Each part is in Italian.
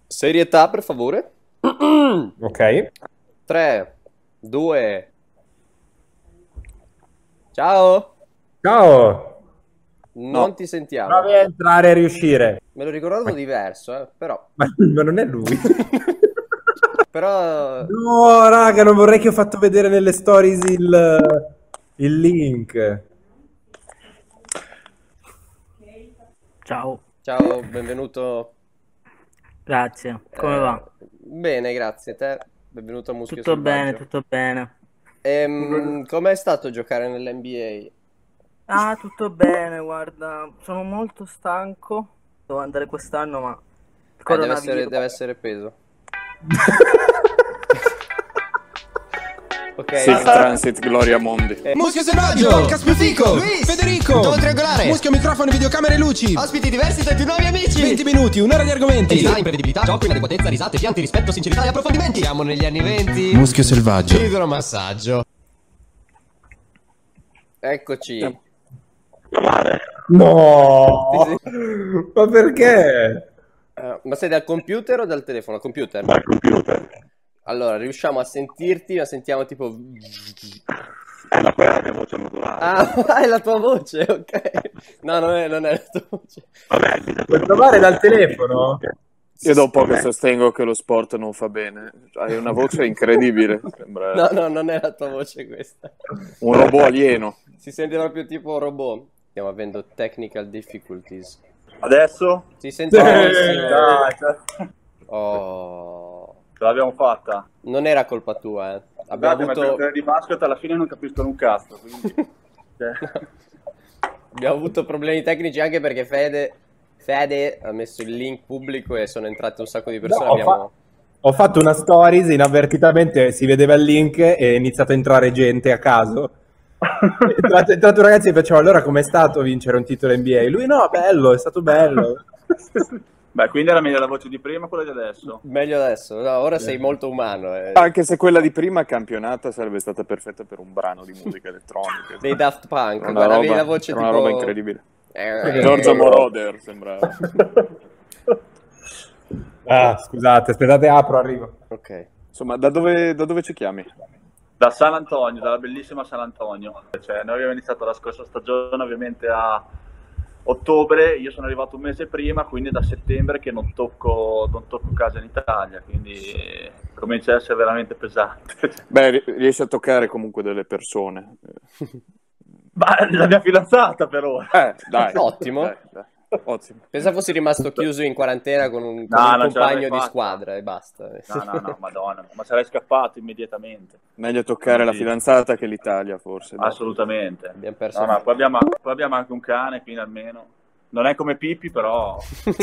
Serietà, per favore. Ok. 3, 2. Ciao. Ciao. Non No. ti sentiamo. Provi a entrare e riuscire. Me lo ricordavo diverso, però. Ma non è lui. Però. No, raga, non vorrei che ho fatto vedere nelle stories il link. Ciao, Ciao, benvenuto. grazie. Come va? Bene, grazie. Te, benvenuto a Muschio Tutto bene, Selvaggio. tutto bene. Com'è stato giocare nell'NBA? Ah, tutto bene, guarda, sono molto stanco. Devo andare quest'anno, ma il coronavirus. Deve essere peso. Ok. Safe Transit, Gloria Mondi. Muschio Selvaggio, Caspio Fico, Luis, Federico, Gol Triangolare, Muschio Microfono, Videocamere e Luci, Ospiti diversi tra i più nuovi amici. 20 minuti, un'ora di argomenti. Verità, imprevedibilità, gioco, inadeguatezza, risate, pianti, rispetto, sincerità e approfondimenti. Siamo negli anni 20. Muschio Selvaggio. Idromassaggio. Eccoci. No. Ma perché? Ma sei dal computer o dal telefono? Computer. Dal computer. Allora, riusciamo a sentirti, ma sentiamo tipo. No, quella è la mia voce modulare. Ah, è la tua voce, ok. No, non è la tua voce. Vabbè, Puoi provare dal telefono? Io da un po' che sostengo che lo sport non fa bene. Hai una voce incredibile. Sembra No, non è la tua voce questa. un robot alieno. Si sente proprio tipo un robot. Stiamo avendo technical difficulties. Adesso Si sente benissimo. dai, Oh. ce l'abbiamo fatta. Non era colpa tua, eh. Abbiamo Guardate, ma avuto. per di basket alla fine non capiscono un cazzo, quindi cioè, Abbiamo avuto problemi tecnici anche perché Fede ha messo il link pubblico e sono entrate un sacco di persone. No, ho fatto una stories, inavvertitamente si vedeva il link e è iniziato a entrare gente a caso. È entrato un ragazzo e faceva: allora com'è stato vincere un titolo NBA? Lui no, bello, è stato bello. beh, quindi era meglio la voce di prima o quella di adesso? Meglio adesso, no, ora sei molto umano. Anche se quella di prima campionata sarebbe stata perfetta per un brano di musica elettronica. Dei Daft Punk, Era guarda, avevi la voce era tipo. una roba incredibile. Eh, Giorgio Moroder sembrava. Scusate, aspettate, apro, arrivo. Ok. Insomma, da dove ci chiami? Da San Antonio, dalla bellissima San Antonio. Cioè, noi abbiamo iniziato la scorsa stagione ovviamente a ottobre, io sono arrivato un mese prima, quindi da settembre che non tocco casa in Italia, quindi comincia a essere veramente pesante. Beh, riesci a toccare comunque delle persone. Ma la mia fidanzata per ora. Dai. Ottimo. Dai. Ottimo. Pensa fossi rimasto chiuso in quarantena con un No, non ce l'avrei compagno di fatta. squadra e basta. No, madonna, ma sarei scappato immediatamente. Meglio toccare la Sì. fidanzata che l'Italia, forse. dai. Assolutamente. Abbiamo perso. No, poi abbiamo anche un cane, quindi almeno. Non è come Pippi, però.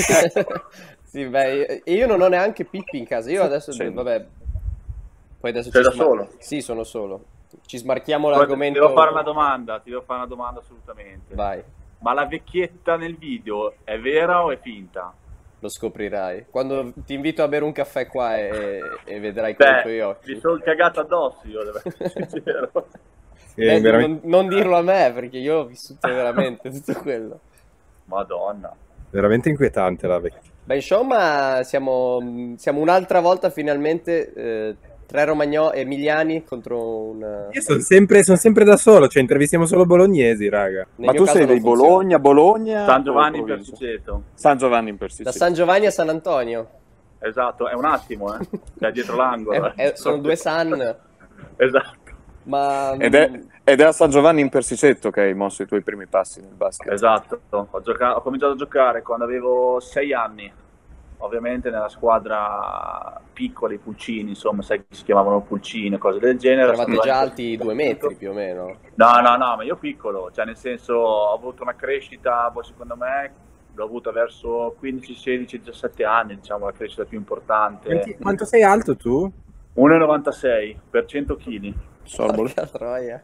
Sì, beh, e io non ho neanche Pippi in casa. Io adesso, Sì. vabbè. Poi adesso Sei da solo? Sì, sono solo. Ci smarchiamo Ti l'argomento. devo fare una domanda assolutamente. Vai, Ma la vecchietta nel video è vera o è finta? lo scoprirai. Quando ti invito a bere un caffè qua e vedrai con i tuoi Beh, occhi. mi sono cagato addosso io, devo essere sincero. Sì, veramente, non dirlo a me, perché io ho vissuto veramente tutto quello. Madonna. veramente inquietante la vecchia. Beh, insomma, siamo un'altra volta finalmente tre Romagnò e Emiliani contro un. Io sono sempre da solo, cioè intervistiamo solo bolognesi, raga. Nel Ma mio tu caso sei non dei funziona. Bologna? San Giovanni o in provincia? Persiceto. San Giovanni in Da Persiceto. San Giovanni a San Antonio. Esatto, è un attimo, cioè dietro l'angolo. Sono due San, Esatto, ma. Ed è a San Giovanni in Persiceto che hai mosso i tuoi primi passi nel basket. esatto. Ho cominciato a giocare quando avevo 6 anni. Ovviamente nella squadra piccola, i pulcini, insomma, sai che si chiamavano pulcini, cose del genere. Eravate già alti 2 metri più o meno. No, ma io piccolo, cioè nel senso ho avuto una crescita, secondo me, l'ho avuta verso 15, 16, 17 anni, diciamo, la crescita più importante. Quanto sei alto tu? 1,96 per 100 kg. Sorbole. Porca troia.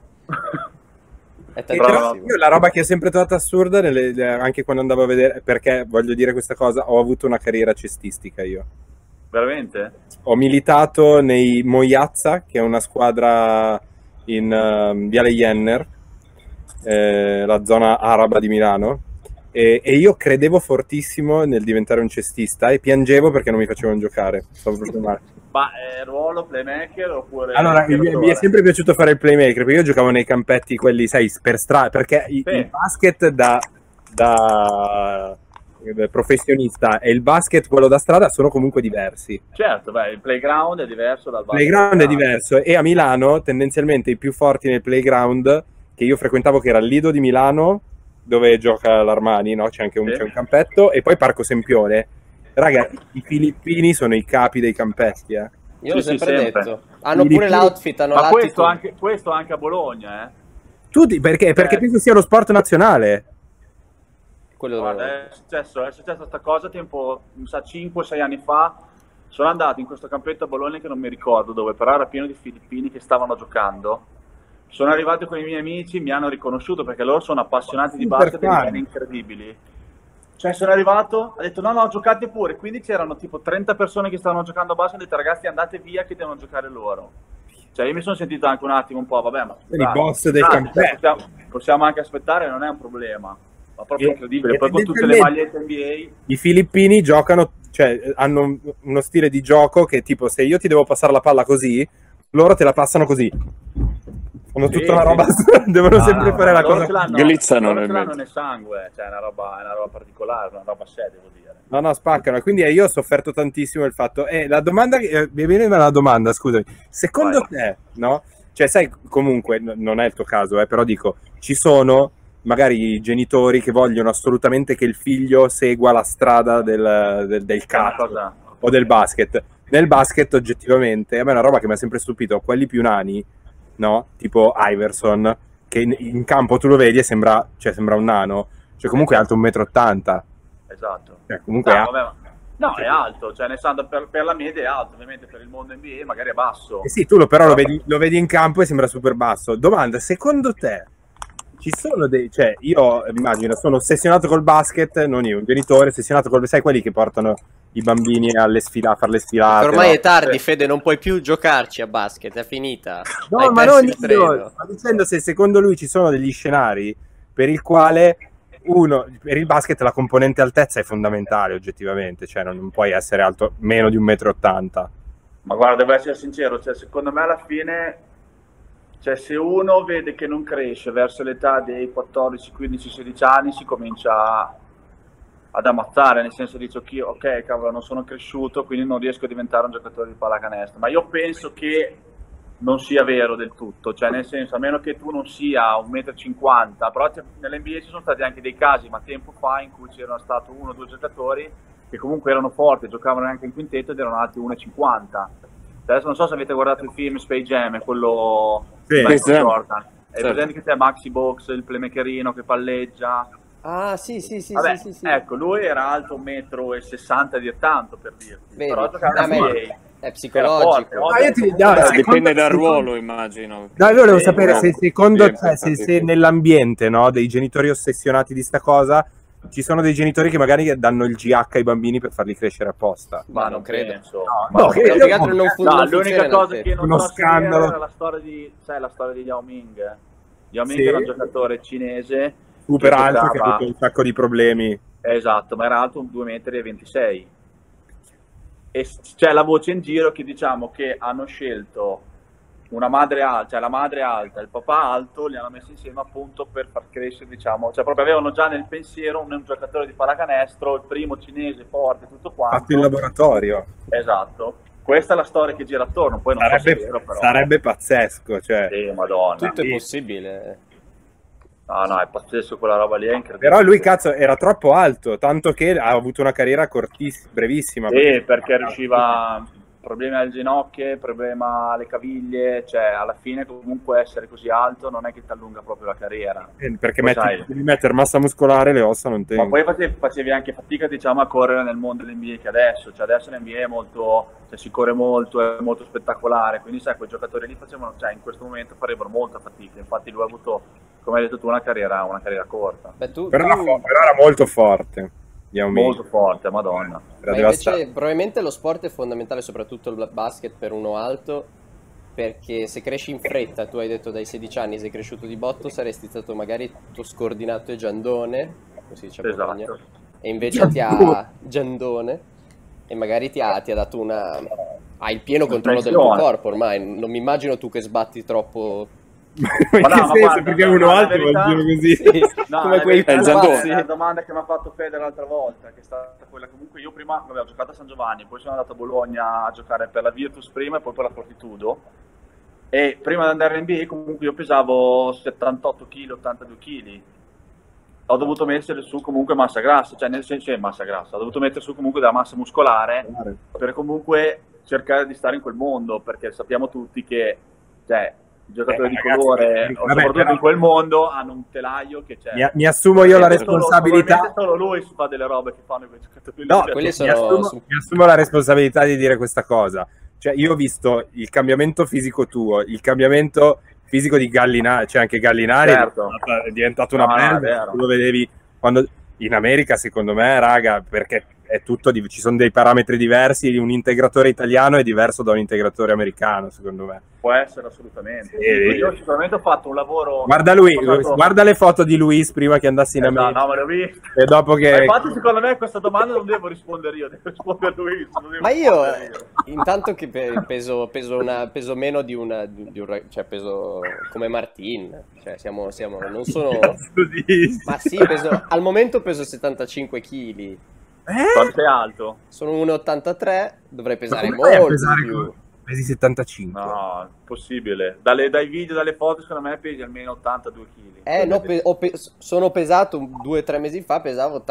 È Però tantissimo. io la roba che ho sempre trovato assurda, anche quando andavo a vedere, perché voglio dire questa cosa, ho avuto una carriera cestistica io. Veramente? Ho militato nei Moiazza, che è una squadra in Viale Jenner, la zona araba di Milano, E io credevo fortissimo nel diventare un cestista e piangevo perché non mi facevano giocare. Stavo proprio male. Ma ruolo playmaker oppure... Allora, mi è sempre piaciuto fare il playmaker, perché io giocavo nei campetti quelli, sai, per strada, perché il basket da professionista e il basket, quello da strada, sono comunque diversi. Certo, beh, il playground è diverso dal basket. Il playground è diverso, e a Milano, tendenzialmente, i più forti nel playground, che io frequentavo, che era il Lido di Milano, dove gioca l'Armani, no? C'è anche c'è un campetto, e poi Parco Sempione. Raga, i filippini sono i capi dei campetti, Io l'ho sempre detto. Hanno pure l'outfit, hanno ma questo anche a Bologna, Tutti, perché penso sia lo sport nazionale. Guarda, è successo questa cosa tempo, mi sa 5-6 anni fa. Sono andato in questo campetto a Bologna che non mi ricordo dove, però era pieno di filippini che stavano giocando. Sono arrivato con i miei amici, mi hanno riconosciuto perché loro sono appassionati di basket e livelli incredibili. Cioè sono arrivato, ho detto no, giocate pure, quindi c'erano tipo 30 persone che stavano giocando a basket, ho detto ragazzi andate via che devono giocare loro. Cioè io mi sono sentito anche un attimo un po', vabbè, ma il boss del campetto. Possiamo anche aspettare, non è un problema. Ma proprio incredibile, poi con tutte le magliette NBA. I filippini giocano, cioè hanno uno stile di gioco che tipo se io ti devo passare la palla così, loro te la passano così. Fanno tutta una roba, devono sempre fare la cosa. Glizzano nel sangue, cioè è una roba particolare, una roba seria, devo dire. No, spaccano. Quindi io ho sofferto tantissimo il fatto. La domanda mi viene una domanda, scusami. Secondo te, no? Cioè, sai, comunque, non è il tuo caso, però dico, ci sono magari i genitori che vogliono assolutamente che il figlio segua la strada del calcio o del basket. Nel basket, oggettivamente, a me è una roba che mi ha sempre stupito, quelli più nani, no? Tipo Iverson, che in campo tu lo vedi e sembra un nano, cioè comunque è alto 1,80 m. Esatto. Cioè, comunque è alto, cioè nel senso per la media è alto, ovviamente per il mondo NBA magari è basso. Sì, tu però lo vedi in campo e sembra super basso. Domanda, secondo te ci sono cioè io immagino, sono ossessionato col basket, non io, un genitore ossessionato sai quelli che portano i bambini a fare le sfilate. Ormai è tardi, Fede, non puoi più giocarci a basket, è finita. No, ma non sto dicendo se secondo lui ci sono degli scenari per il quale per il basket la componente altezza è fondamentale oggettivamente, cioè non puoi essere alto meno di 1,80 m. Ma guarda, devo essere sincero, cioè secondo me alla fine, cioè se uno vede che non cresce verso l'età dei 14, 15, 16 anni si comincia ad ammazzare, nel senso dice ok, cavolo, non sono cresciuto, quindi non riesco a diventare un giocatore di pallacanestro. Ma io penso che non sia vero del tutto, cioè nel senso, a meno che tu non sia 1,50 m, però nell'NBA ci sono stati anche dei casi, ma tempo fa, in cui c'erano stati 1 o 2 giocatori che comunque erano forti, giocavano anche in quintetto ed erano alti 1,50 m. Adesso non so se avete guardato il film Space Jam, quello di Michael Jordan. È presente che c'è Maxi Box, il playmakerino che palleggia. Ah, sì. Vabbè, sì. Ecco, lui era alto 1,60 m, a dir tanto, per dirti. Però giocava in NBA. È psicologico. Dipende dal ruolo, immagino. No, io volevo sapere se secondo te, se nell'ambiente, no, dei genitori ossessionati di sta cosa, ci sono dei genitori che magari danno il GH ai bambini per farli crescere apposta. Ma non credo. L'unica cosa che non uno scandalo era la storia di Yao Ming. Yao Ming era un giocatore cinese super alto che ha avuto un sacco di problemi. Esatto, ma era alto 2,26 m. E c'è la voce in giro che diciamo che hanno scelto una madre alta, cioè la madre alta e il papà alto, li hanno messi insieme appunto per far crescere, diciamo, cioè proprio avevano già nel pensiero un giocatore di pallacanestro, il primo cinese forte, tutto quanto. Fatto in laboratorio. Esatto. Questa è la storia che gira attorno, poi non so se è vero, però. Sarebbe pazzesco, cioè. Sì, madonna. Tutto è possibile. No, è pazzesco, quella roba lì è incredibile. Però lui, cazzo, era troppo alto, tanto che ha avuto una carriera brevissima. Sì, perché riusciva... Problemi alle ginocchia, problema alle caviglie, cioè alla fine comunque essere così alto non è che ti allunga proprio la carriera. Perché devi mettere massa muscolare, le ossa non tengono. Ma poi facevi anche fatica, diciamo, a correre nel mondo dell'NBA che adesso, cioè adesso l'NBA è molto, cioè si corre molto, è molto spettacolare, quindi sai, quei giocatori lì facevano, cioè in questo momento farebbero molta fatica, infatti lui ha avuto, come hai detto tu, una carriera corta. Però era molto forte. Molto forte, madonna. Ma invece probabilmente lo sport è fondamentale, soprattutto il basket per uno alto, perché se cresci in fretta, tu hai detto dai 16 anni sei cresciuto di botto, saresti stato magari tutto scordinato e giandone, così dice a Bologna, e invece ti ha giandone, e magari ti ha dato una... Hai il pieno controllo del tuo corpo ormai, non mi immagino tu che sbatti troppo... Ma in che senso? Guarda, Perché uno alto vuol dire così? Sì, no, come quei è il giandone. la domanda che mi ha fatto Fede l'altra volta, che è stata quella comunque io prima ho giocato a San Giovanni, poi sono andato a Bologna a giocare per la Virtus prima e poi per la Fortitudo, e prima di andare in NBA comunque io pesavo 78 kg, 82 kg, ho dovuto mettere su comunque massa grassa, cioè nel senso massa grassa, ho dovuto mettere su comunque della massa muscolare per comunque cercare di stare in quel mondo, perché sappiamo tutti che cioè, i giocatori di colore, soprattutto in quel mondo, hanno un telaio che c'è. Mi assumo io la responsabilità. Solo lui fa delle robe che fanno quei giocatori. No, quelli mi assumo la responsabilità di dire questa cosa. Cioè, io ho visto il cambiamento fisico tuo, il cambiamento fisico di Gallinari, cioè anche Gallinari è diventato una merda. Tu lo vedevi quando in America, secondo me, raga, perché è tutto ci sono dei parametri diversi, un integratore italiano è diverso da un integratore americano, secondo me. Può essere assolutamente. Sì. Io sicuramente ho fatto un lavoro. Guarda lui, guarda le foto di Luis prima che andassi in America. No, me le ho viste. E dopo che... infatti, secondo me, questa domanda non devo rispondere io, devo rispondere Luis. Ma io, intanto che peso meno di un cioè peso come Martin, cioè siamo non sono... Ma sì, al momento peso 75 kg. Quanto sei alto? Sono 1,83, dovrei pesare molto più. Pesi 75? No, impossibile. Dai video, dalle foto, secondo me pesi almeno 82 kg. No, sono pesato 2 o 3 mesi fa, pesavo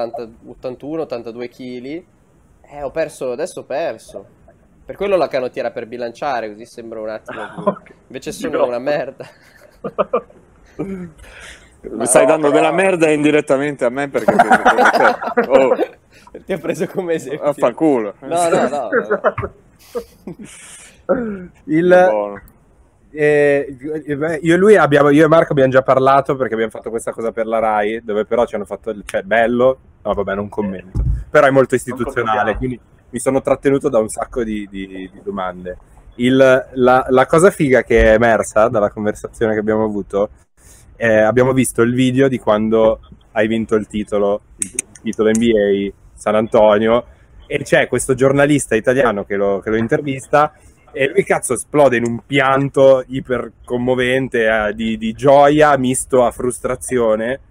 81-82 kg. Adesso ho perso. Per quello la canottiera per bilanciare, così sembra un attimo più. Okay. Invece sono una merda. Mi stai dando della merda indirettamente a me perché Ti ho preso come esempio. Affanculo. No. Io e lui io e Marco abbiamo già parlato perché abbiamo fatto questa cosa per la Rai, dove però ci hanno fatto, cioè bello, no vabbè non commento, però è molto istituzionale, quindi mi sono trattenuto da un sacco di domande. La cosa figa che è emersa dalla conversazione che abbiamo avuto, abbiamo visto il video di quando hai vinto il titolo NBA San Antonio, e c'è questo giornalista italiano che lo intervista e lui cazzo esplode in un pianto iper commovente di gioia misto a frustrazione,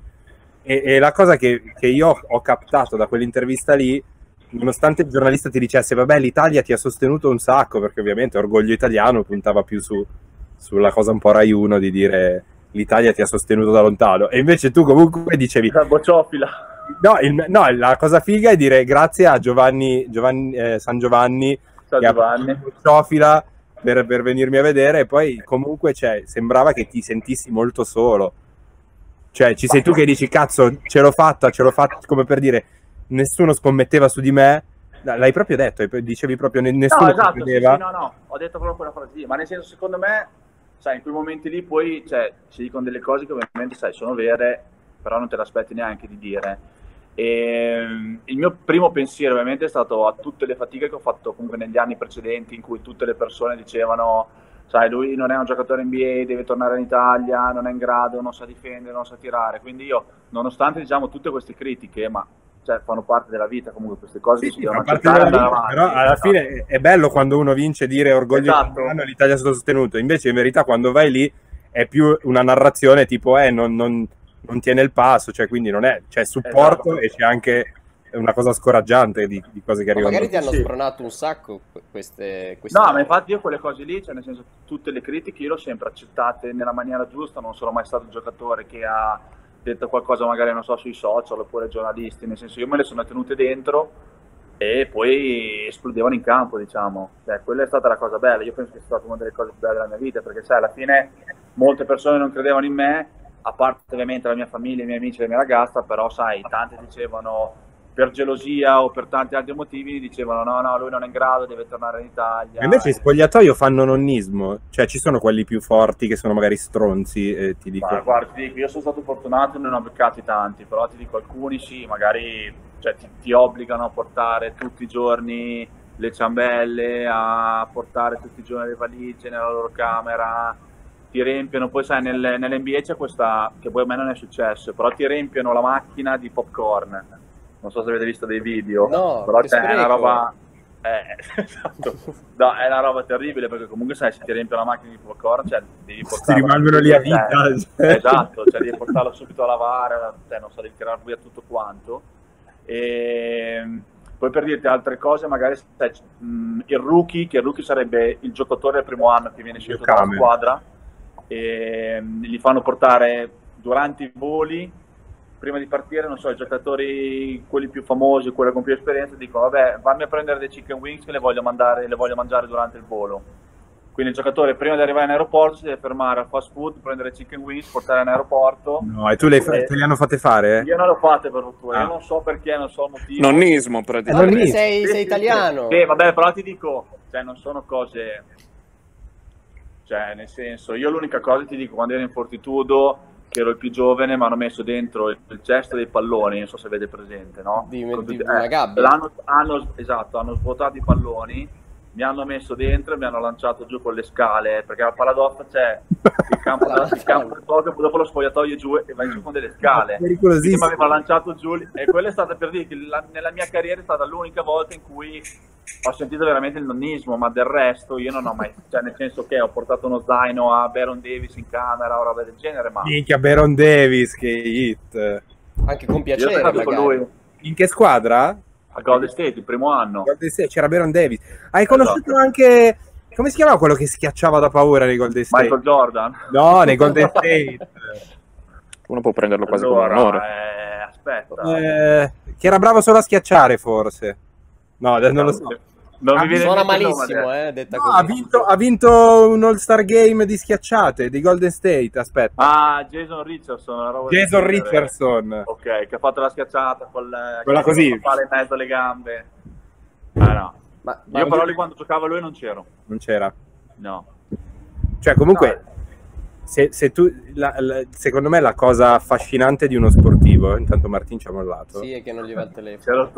e la cosa che io ho captato da quell'intervista lì, nonostante il giornalista ti dicesse vabbè l'Italia ti ha sostenuto un sacco, perché ovviamente Orgoglio Italiano puntava più sulla cosa un po' Rai 1 di dire l'Italia ti ha sostenuto da lontano, e invece tu comunque dicevi la bocciofila. No, la cosa figa è dire grazie a San Giovanni che ha fatto bocciofila per venirmi a vedere, e poi comunque sembrava che ti sentissi molto solo, cioè ci sei tu che dici cazzo ce l'ho fatta, come per dire nessuno scommetteva su di me, l'hai proprio detto, dicevi proprio nessuno credeva. Sì, no, ho detto proprio quella frase lì, ma nel senso secondo me, sai, in quei momenti lì poi si dicono delle cose che ovviamente sai sono vere, però non te l'aspetti neanche di dire. E il mio primo pensiero ovviamente è stato a tutte le fatiche che ho fatto comunque negli anni precedenti, in cui tutte le persone dicevano sai lui non è un giocatore NBA, deve tornare in Italia, non è in grado, non sa difendere, non sa tirare, quindi io nonostante diciamo tutte queste critiche, ma fanno parte della vita comunque queste cose, sì, fanno parte della vita, però alla fine è bello quando uno vince dire orgoglio italiano, l'Italia è stato sostenuto, invece in verità quando vai lì è più una narrazione tipo non tiene il passo, cioè quindi non è, c'è supporto, e c'è anche una cosa scoraggiante di cose che arrivano. Magari ti hanno spronato un sacco queste no, ma infatti io quelle cose lì, cioè nel senso tutte le critiche io le ho sempre accettate nella maniera giusta, non sono mai stato un giocatore che ha detto qualcosa magari non so sui social oppure giornalisti, nel senso io me le sono tenute dentro e poi esplodevano in campo, diciamo, quella è stata la cosa bella. Io penso che sia stata una delle cose belle della mia vita, perché sai alla fine molte persone non credevano in me, a parte ovviamente la mia famiglia, i miei amici e la mia ragazza, però sai, tanti dicevano per gelosia o per tanti altri motivi, dicevano no, lui non è in grado, deve tornare in Italia. E invece in spogliatoio fanno nonnismo, cioè ci sono quelli più forti che sono magari stronzi, ti dico. Ma guarda, ti dico, io sono stato fortunato e non ho beccati tanti, però ti dico alcuni sì, magari ti obbligano a portare tutti i giorni le ciambelle, a portare tutti i giorni le valigie nella loro camera, ti riempiono, poi sai nell'NBA c'è questa, che poi a me non è successo, però ti riempiono la macchina di popcorn, non so se avete visto dei video, no, però è una roba, esatto. No, è una roba terribile, perché comunque sai, se ti riempie la macchina di popcorn, cioè devi portarla, si rimangono lì a vita, esatto, cioè devi portarlo subito a lavare, non so, devi tirare via tutto quanto. E poi, per dirti altre cose, magari il rookie, che il rookie sarebbe il giocatore del primo anno che viene scelto dalla squadra, e gli fanno portare durante i voli, prima di partire, non so, i giocatori, quelli più famosi, quelli con più esperienza, dicono vabbè, fammi a prendere dei chicken wings che le voglio mangiare durante il volo. Quindi il giocatore prima di arrivare in aeroporto si deve fermare al fast food, prendere chicken wings, portare in aeroporto. No, e tu te le hanno fatte fare? Io non l'ho fatte per fortuna, io non so perché, non so il motivo. Nonnismo praticamente. Sei italiano. Vabbè, però ti dico, cioè non sono cose, cioè nel senso, io l'unica cosa ti dico, quando ero in Fortitudo, che ero il più giovane, mi hanno messo dentro il cesto dei palloni, non so se avete presente, no? Di una gabbia. Hanno svuotato i palloni, mi hanno messo dentro e mi hanno lanciato giù con le scale, perché al Paladozza c'è il campo del poker, dopo lo spogliatoio giù e vai giù con delle scale. Quindi mi avevano lanciato giù, e quella è stata, per dire che nella mia carriera è stata l'unica volta in cui ho sentito veramente il nonnismo, ma del resto io non ho mai, cioè nel senso che ho portato uno zaino a Baron Davis in camera o roba del genere, ma... Minchia, Baron Davis, che hit! Anche con piacere, magari. Con lui. In che squadra? A Golden State, il primo anno. Golden State, c'era Baron Davis. Hai conosciuto anche... Come si chiamava quello che schiacciava da paura nei Golden State? Michael Jordan? No, nei Golden State. Uno può prenderlo quasi come un onore. Aspetta. Che era bravo solo a schiacciare, forse. No, non lo so. Non mi viene suona malissimo, detta così. Ha vinto un All-Star Game di schiacciate di Golden State, aspetta. Ah, Jason Richardson. Jason Richardson. Ok, che ha fatto la schiacciata quella così. Il palo in mezzo alle gambe. No. Io però lì quando giocava lui non c'ero. Non c'era? No. Cioè, comunque, se tu, secondo me la cosa affascinante di uno sportivo, intanto Martin ci ha mollato. Sì, è che non gli va il telefono.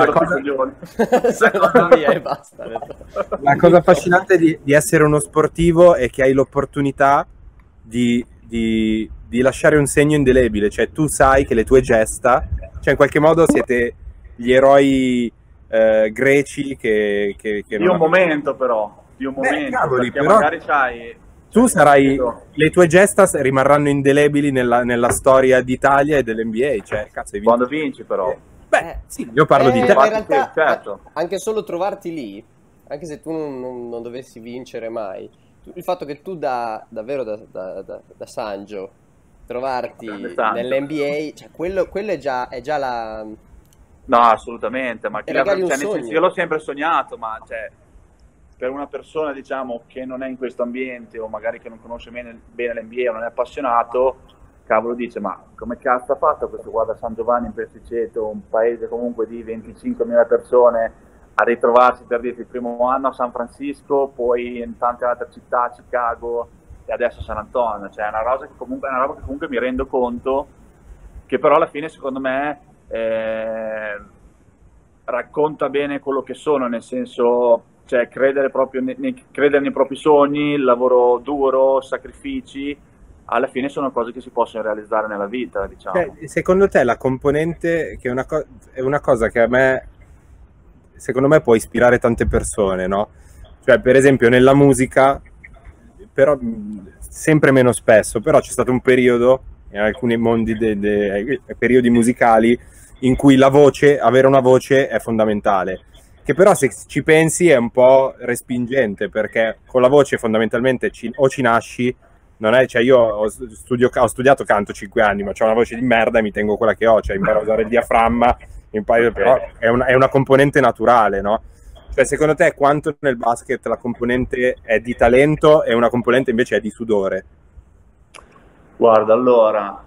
Basta. La cosa affascinante di essere uno sportivo è che hai l'opportunità di lasciare un segno indelebile, cioè tu sai che le tue gesta, cioè in qualche modo siete gli eroi greci che di un momento però, cavoli, perché però magari c'hai... Tu sarai, le tue gesta rimarranno indelebili nella storia d'Italia e dell'NBA, cioè cazzo hai vinto. Quando vinci però. Beh, sì, io parlo di te. In realtà, certo. Anche solo trovarti lì, anche se tu non dovessi vincere mai, il fatto che tu davvero da Sangio trovarti nell'NBA, cioè quello è già la... No, assolutamente, ma io l'ho sempre sognato, ma cioè... per una persona, diciamo, che non è in questo ambiente o magari che non conosce bene l'NBA o non è appassionato, cavolo, dice, ma come cazzo ha fatto questo qua da San Giovanni in Persiceto, un paese comunque di 25.000 persone, a ritrovarsi, per dirti, il primo anno a San Francisco, poi in tante altre città, Chicago e adesso San Antonio, cioè è una roba che comunque mi rendo conto che però alla fine secondo me racconta bene quello che sono, nel senso, cioè credere proprio credere nei propri sogni, il lavoro duro, sacrifici, alla fine sono cose che si possono realizzare nella vita, diciamo. Secondo te la componente, che è una cosa che a me, secondo me, può ispirare tante persone, no? Cioè, per esempio, nella musica, però sempre meno spesso, però c'è stato un periodo, in alcuni mondi, periodi musicali, in cui avere una voce è fondamentale. Che però se ci pensi è un po' respingente, perché con la voce fondamentalmente o ci nasci, non è, cioè io ho studiato canto 5 anni, ma c'ho una voce di merda e mi tengo quella che ho, cioè imparo a usare il diaframma, però è una componente naturale, no? Cioè secondo te quanto nel basket la componente è di talento e una componente invece è di sudore? Guarda, allora,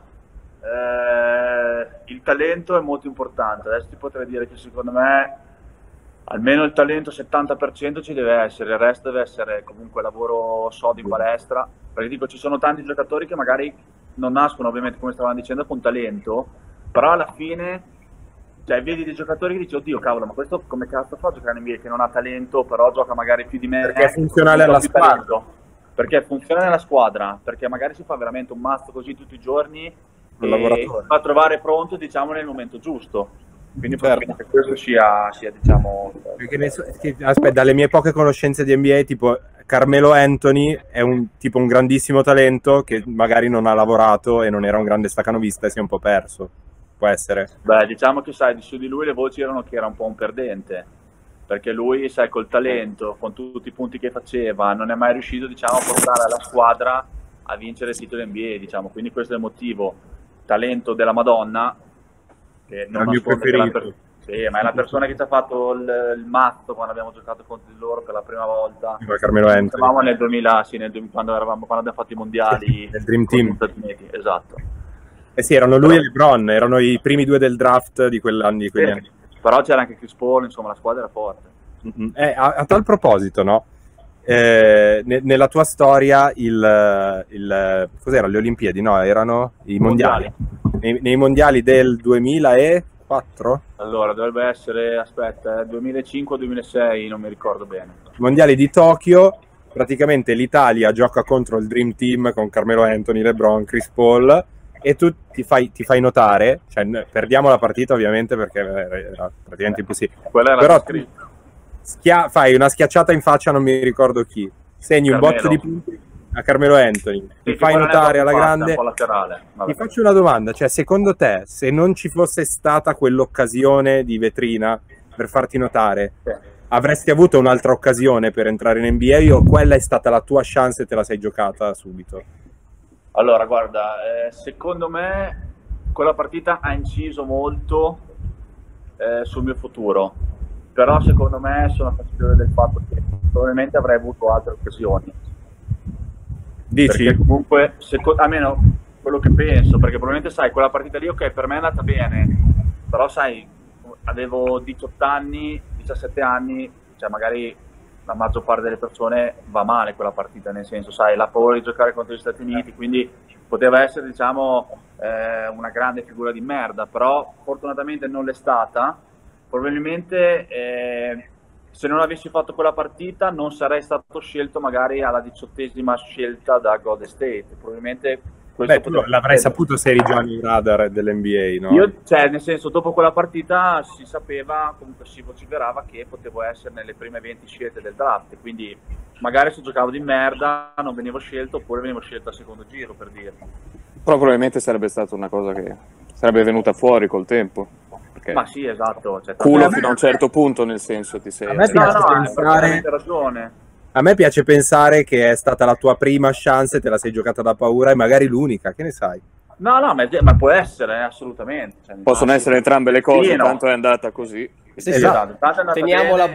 il talento è molto importante. Adesso ti potrei dire che secondo me almeno il talento 70% ci deve essere, il resto deve essere comunque lavoro sodo in palestra, perché dico ci sono tanti giocatori che magari non nascono, ovviamente come stavamo dicendo, con talento, però alla fine Cioè, vedi dei giocatori che dici, oddio, cavolo, ma questo come cazzo fa a giocare in NBA che non ha talento, però gioca magari più di me? Perché è funzionale alla squadra. Talento. Perché funziona nella squadra, perché magari si fa veramente un must così tutti i giorni e fa trovare pronto, diciamo, nel momento giusto. Quindi probabilmente questo sia diciamo... Aspetta, dalle mie poche conoscenze di NBA, tipo Carmelo Anthony è un grandissimo talento che magari non ha lavorato e non era un grande staccanovista e si è un po' perso. Può essere? Beh, diciamo che sai, su di lui le voci erano che era un po' un perdente, perché lui, sai, col talento, con tutti i punti che faceva, non è mai riuscito, diciamo, a portare la squadra a vincere il titolo NBA, diciamo. Quindi questo è il motivo. Talento della Madonna, che non è il mio preferito. Sì, ma è la persona che ci ha fatto il mazzo quando abbiamo giocato contro di loro per la prima volta. Carmelo Anthony. Eravamo nel 2000, sì, quando abbiamo fatto i mondiali nel Dream Team. Stati Uniti, esatto. Eh sì, erano lui e LeBron, erano i primi due del draft di quegli anni. Però c'era anche Chris Paul, insomma, la squadra era forte. A tal proposito, no? Nella tua storia cos'era? Le Olimpiadi? No, erano i mondiali. Nei mondiali del 2004? Allora, dovrebbe essere, 2005-2006, non mi ricordo bene. I mondiali di Tokyo, praticamente l'Italia gioca contro il Dream Team con Carmelo Anthony, LeBron, Chris Paul, e tu ti fai notare, cioè perdiamo la partita ovviamente perché era praticamente impossibile. Però fai una schiacciata in faccia, non mi ricordo chi, segni un botto di punti a Carmelo Anthony, ti fai notare alla grande. Ti faccio una domanda, cioè secondo te se non ci fosse stata quell'occasione di vetrina per farti notare, avresti avuto un'altra occasione per entrare in NBA o quella è stata la tua chance e te la sei giocata subito? Allora, guarda, secondo me quella partita ha inciso molto sul mio futuro, però secondo me sono consapevole del fatto che probabilmente avrei avuto altre occasioni. Dici? Perché comunque, almeno quello che penso, perché probabilmente sai, quella partita lì, ok, per me è andata bene, però sai, avevo 18 anni, 17 anni, cioè magari la maggior parte delle persone va male quella partita, nel senso, sai, la paura di giocare contro gli Stati Uniti, quindi poteva essere, diciamo, una grande figura di merda, però fortunatamente non l'è stata. Probabilmente se non avessi fatto quella partita non sarei stato scelto magari alla 18ª scelta da Golden State, probabilmente. Tu l'avrei saputo se eri già nei radar dell'NBA, no? Io, cioè, nel senso, dopo quella partita si sapeva, comunque si vociferava che potevo essere nelle prime 20 scelte del draft, quindi magari se giocavo di merda non venivo scelto, oppure venivo scelto al secondo giro, per dire. Però probabilmente sarebbe stata una cosa che sarebbe venuta fuori col tempo. Ma sì, esatto. Cioè, culo fino a un certo punto, nel senso, ti sei... A me piace pensare... ragione. A me piace pensare che è stata la tua prima chance, te la sei giocata da paura e magari l'unica, che ne sai? No, ma può essere, assolutamente. Cioè, possono essere entrambe le cose, tanto è andata così. Sì, esatto. Teniamola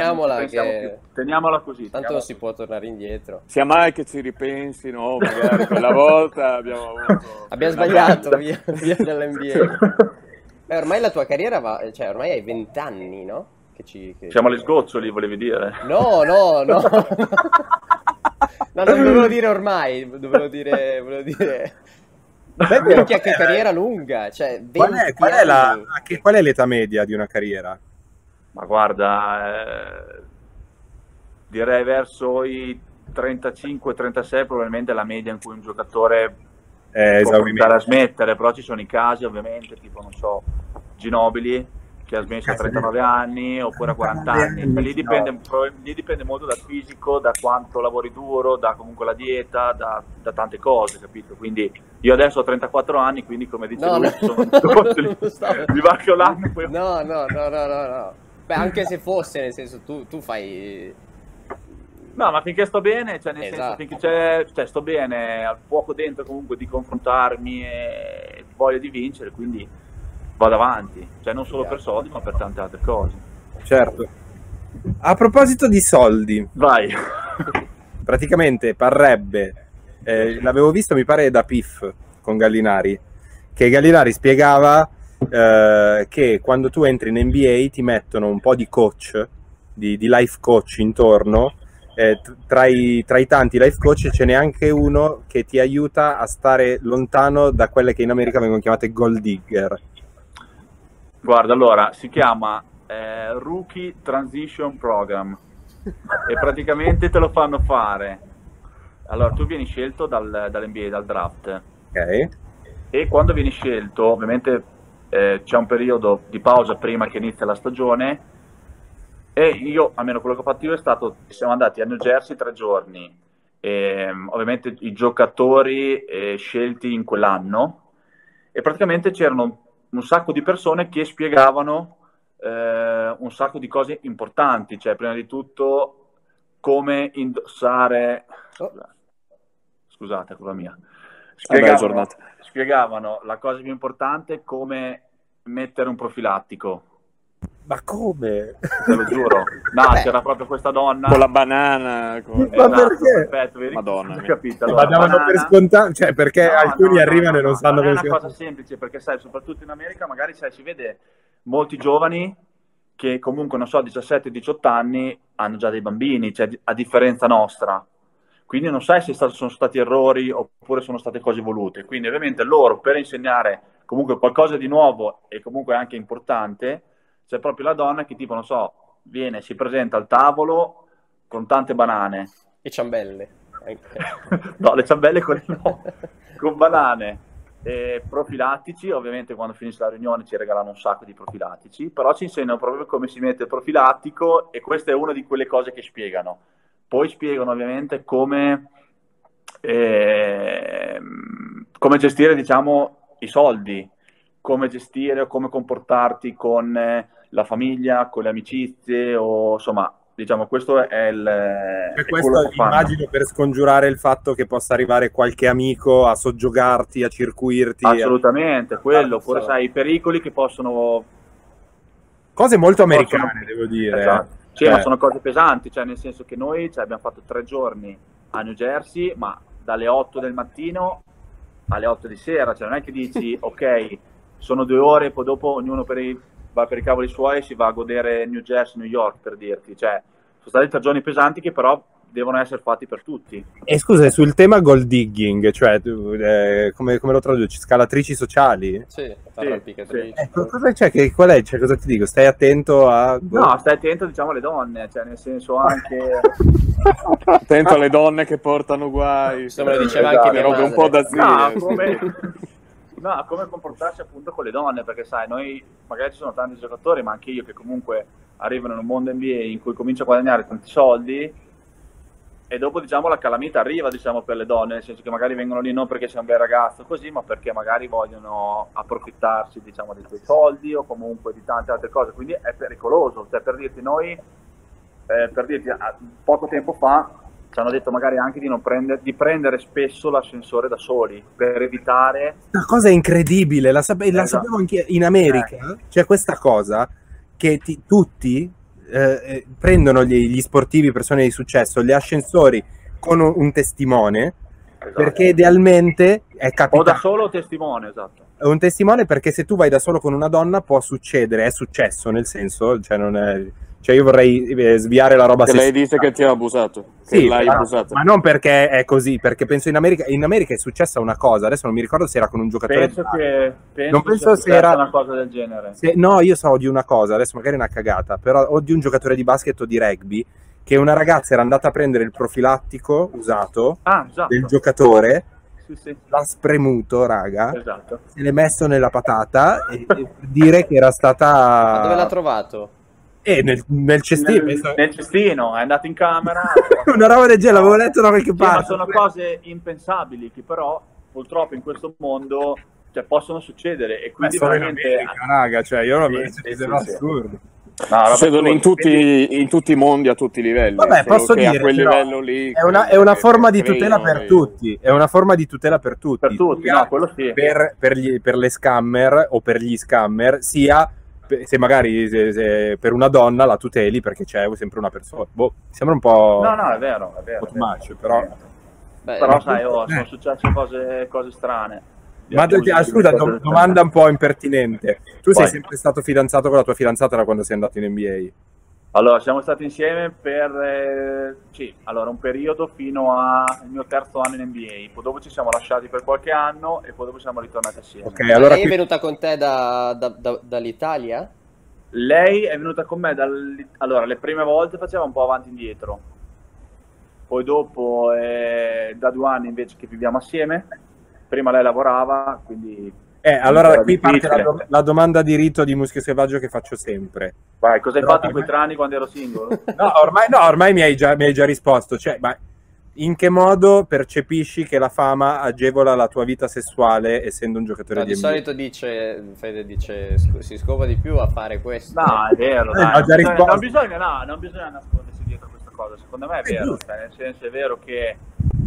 così. Tanto non si può tornare indietro. Sia mai che ci ripensi, no? Magari quella volta abbiamo sbagliato, via dall'NBA. Ormai la tua carriera cioè ormai hai 20 anni, no? Siamo alle sgoccioli, volevi dire? No. No, non dovevo dire ormai, volevo dire... Perché che carriera lunga, cioè 20 qual è l'età media di una carriera? Ma guarda, direi verso i 35-36 probabilmente è la media in cui un giocatore può cominciare a smettere, però ci sono i casi ovviamente, tipo, non so, Ginobili, che ha smesso a 39 anni oppure a 40 anni. Lì dipende molto dal fisico, da quanto lavori duro, da comunque la dieta, da tante cose, capito? Quindi io adesso ho 34 anni, quindi come dice lui, mi manca l'anno. No. Beh, anche se fosse, nel senso, tu fai... No, ma finché sto bene, cioè nel senso, finché sto bene, al fuoco dentro comunque di confrontarmi e voglia di vincere, quindi vado avanti, cioè non solo per soldi ma per tante altre cose. Certo. A proposito di soldi, vai. Praticamente parrebbe, l'avevo visto mi pare da PIF con Gallinari, che Gallinari spiegava che quando tu entri in NBA ti mettono un po' di coach, di life coach intorno, tra i tanti life coach ce n'è anche uno che ti aiuta a stare lontano da quelle che in America vengono chiamate gold digger. Guarda, allora, si chiama Rookie Transition Program e praticamente te lo fanno fare. Allora, tu vieni scelto dall'NBA, dal draft. Ok. E quando vieni scelto, ovviamente c'è un periodo di pausa prima che inizia la stagione e io, almeno quello che ho fatto io è stato, siamo andati a New Jersey 3 giorni, e, ovviamente i giocatori scelti in quell'anno, e praticamente c'erano un sacco di persone che spiegavano un sacco di cose importanti, cioè prima di tutto come indossare... Scusate, quella mia. Spiegavano la cosa più importante, come mettere un profilattico. Ma come? Te lo giuro. No, c'era proprio questa donna con la banana. Ma perché? Perfetto, vedi? Madonna. Ho capito. Ma davano per scontato, cioè perché alcuni arrivano e non sanno non è come una cosa semplice, perché sai, soprattutto in America magari si vede molti giovani che comunque, non so, 17-18 anni hanno già dei bambini, cioè a differenza nostra. Quindi non sai se sono stati errori oppure sono state cose volute. Quindi ovviamente loro, per insegnare comunque qualcosa di nuovo e comunque anche importante, c'è proprio la donna che tipo, non so, si presenta al tavolo con tante banane. E ciambelle. No, le ciambelle con banane. Profilattici, ovviamente quando finisce la riunione ci regalano un sacco di profilattici, però ci insegnano proprio come si mette il profilattico, e questa è una di quelle cose che spiegano. Poi spiegano ovviamente come gestire, diciamo, i soldi, come gestire o come comportarti con la famiglia, con le amicizie, o insomma, diciamo, questo è questo immagino per scongiurare il fatto che possa arrivare qualche amico a soggiogarti, a circuirti. Assolutamente, quello, oppure sai, i pericoli che possono... Cose molto americane, devo dire. Esatto. Sì, ma sono cose pesanti, cioè nel senso che noi abbiamo fatto 3 giorni a New Jersey, ma dalle 8 del mattino alle 8 di sera, cioè non è che dici ok, sono 2 ore e poi dopo ognuno va per i cavoli suoi e si va a godere New Jersey, New York, per dirti, cioè sono stati 3 giorni pesanti che però devono essere fatti per tutti. E scusa, sul tema gold digging, cioè come lo traduci? Scalatrici sociali? Sì, arrampicatrici. Cosa c'è? Qual è? Cioè, cosa ti dico? Stai attento a... No, stai attento, diciamo, alle donne, cioè nel senso anche... Attento alle donne che portano guai. Insomma, lo diceva anche mia madre. Un po' da zio. No, come comportarsi appunto con le donne, perché sai, noi magari ci sono tanti giocatori, ma anche io che comunque arrivano in un mondo NBA in cui comincio a guadagnare tanti soldi, e dopo, diciamo, la calamita arriva, diciamo, per le donne, nel senso che magari vengono lì non perché sei un bel ragazzo così, ma perché magari vogliono approfittarsi, diciamo, dei tuoi soldi o comunque di tante altre cose, quindi è pericoloso. Cioè, per dirti, noi poco tempo fa ci hanno detto magari anche di prendere spesso l'ascensore da soli per evitare... Una cosa incredibile, la sapevo anche in America, c'è questa cosa che tutti prendono gli sportivi, persone di successo, gli ascensori con un testimone, esatto, perché idealmente è capitato... O da solo testimone, esatto. È un testimone perché se tu vai da solo con una donna può succedere, è successo nel senso, cioè non è... Cioè io vorrei sviare la roba... Che lei dice che ti ha abusato, che sì, l'hai abusato. Ma non perché è così, perché penso in America è successa una cosa, adesso non mi ricordo se era con un giocatore... Penso se era una cosa del genere. No, io so di una cosa, adesso magari è una cagata, però o di un giocatore di basket o di rugby, che una ragazza era andata a prendere il profilattico usato del giocatore, sì. L'ha spremuto, raga, esatto, se l'è messo nella patata e dire che era stata... Ma dove l'ha trovato? Nel cestino. Nel cestino, è andato in camera. Una roba del genere, l'avevo letto da qualche parte. Ma sono cose impensabili che però purtroppo in questo mondo, cioè, possono succedere, e quindi veramente... raga, cioè io non mi sembra assurdo. No, succedono in tutti i mondi, a tutti i livelli. Vabbè, posso dire, a quel livello lì è una forma di tutela per tutti. È una forma di tutela per tutti. Per tutti, no, quello sì. Per le scammer o per gli scammer, sia se magari se per una donna la tuteli perché c'è sempre una persona. Boh, sembra un po'... No, è vero. Much, però... Però sai, sono successe cose strane. Ma scusa, domanda un po' impertinente. Tu sei sempre stato fidanzato con la tua fidanzata da quando sei andato in NBA? Allora, siamo stati insieme per allora, un periodo fino al mio terzo anno in NBA, poi dopo ci siamo lasciati per qualche anno e poi dopo siamo ritornati assieme. Ok, allora lei è venuta con te dall'Italia? Lei è venuta con me allora, le prime volte faceva un po' avanti e indietro, poi dopo da 2 anni invece che viviamo assieme, prima lei lavorava, quindi... allora qui parte la domanda di rito di Muschio Selvaggio che faccio sempre. Vai, cosa hai fatto in quei 3 anni quando ero single? Ormai mi hai già risposto. Cioè, ma in che modo percepisci che la fama agevola la tua vita sessuale essendo un giocatore di NBA? Di solito Fede dice si scopa di più a fare questo. No, è vero, dai, non bisogna nascondersi dietro questa cosa. Secondo me è vero, cioè, nel senso è vero che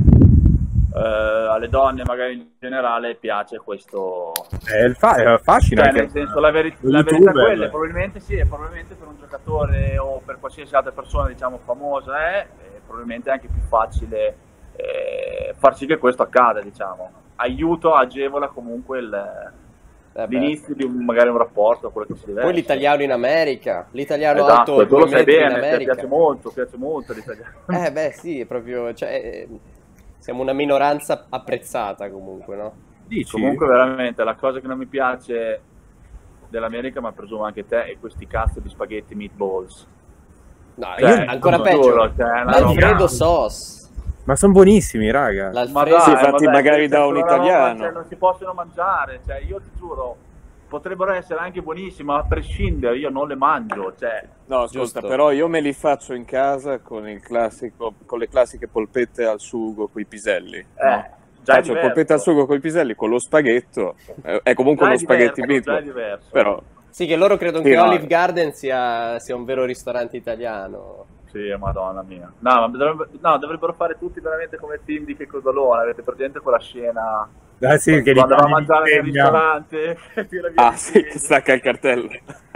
alle donne magari in generale piace questo, è fascino, cioè, nel senso la verità è quella, probabilmente per un giocatore o per qualsiasi altra persona diciamo famosa è probabilmente anche più facile far sì che questo accada, diciamo, agevola comunque l'inizio di magari un rapporto, quello che si deve. Poi l'italiano in America, l'italiano esatto, alto, tu lo sai bene, in America. piace molto l'italiano. Beh sì, è proprio, cioè, siamo una minoranza apprezzata comunque, no? Dici? Comunque veramente la cosa che non mi piace dell'America, ma presumo anche te, è questi cazzo di spaghetti meatballs. No, ancora peggio. L'Alfredo sauce. Ma sono buonissimi, raga. L'Alfredo fatti magari da un italiano. Cioè, non si possono mangiare, cioè io ti giuro, potrebbero essere anche buonissimi, ma a prescindere io non le mangio, cioè. No, ascolta, però io me li faccio in casa con le classiche polpette al sugo con i piselli. Faccio il polpette al sugo con i piselli con lo spaghetto, è comunque uno spaghetti meatball, però... Sì, che loro credono che Olive Garden sia un vero ristorante italiano. Sì, madonna mia. No, dovrebbero fare tutti veramente come film di Che Codolone, avete presente quella scena... sì, che quando va a mangiare nel ristorante sì, che stacca il cartello.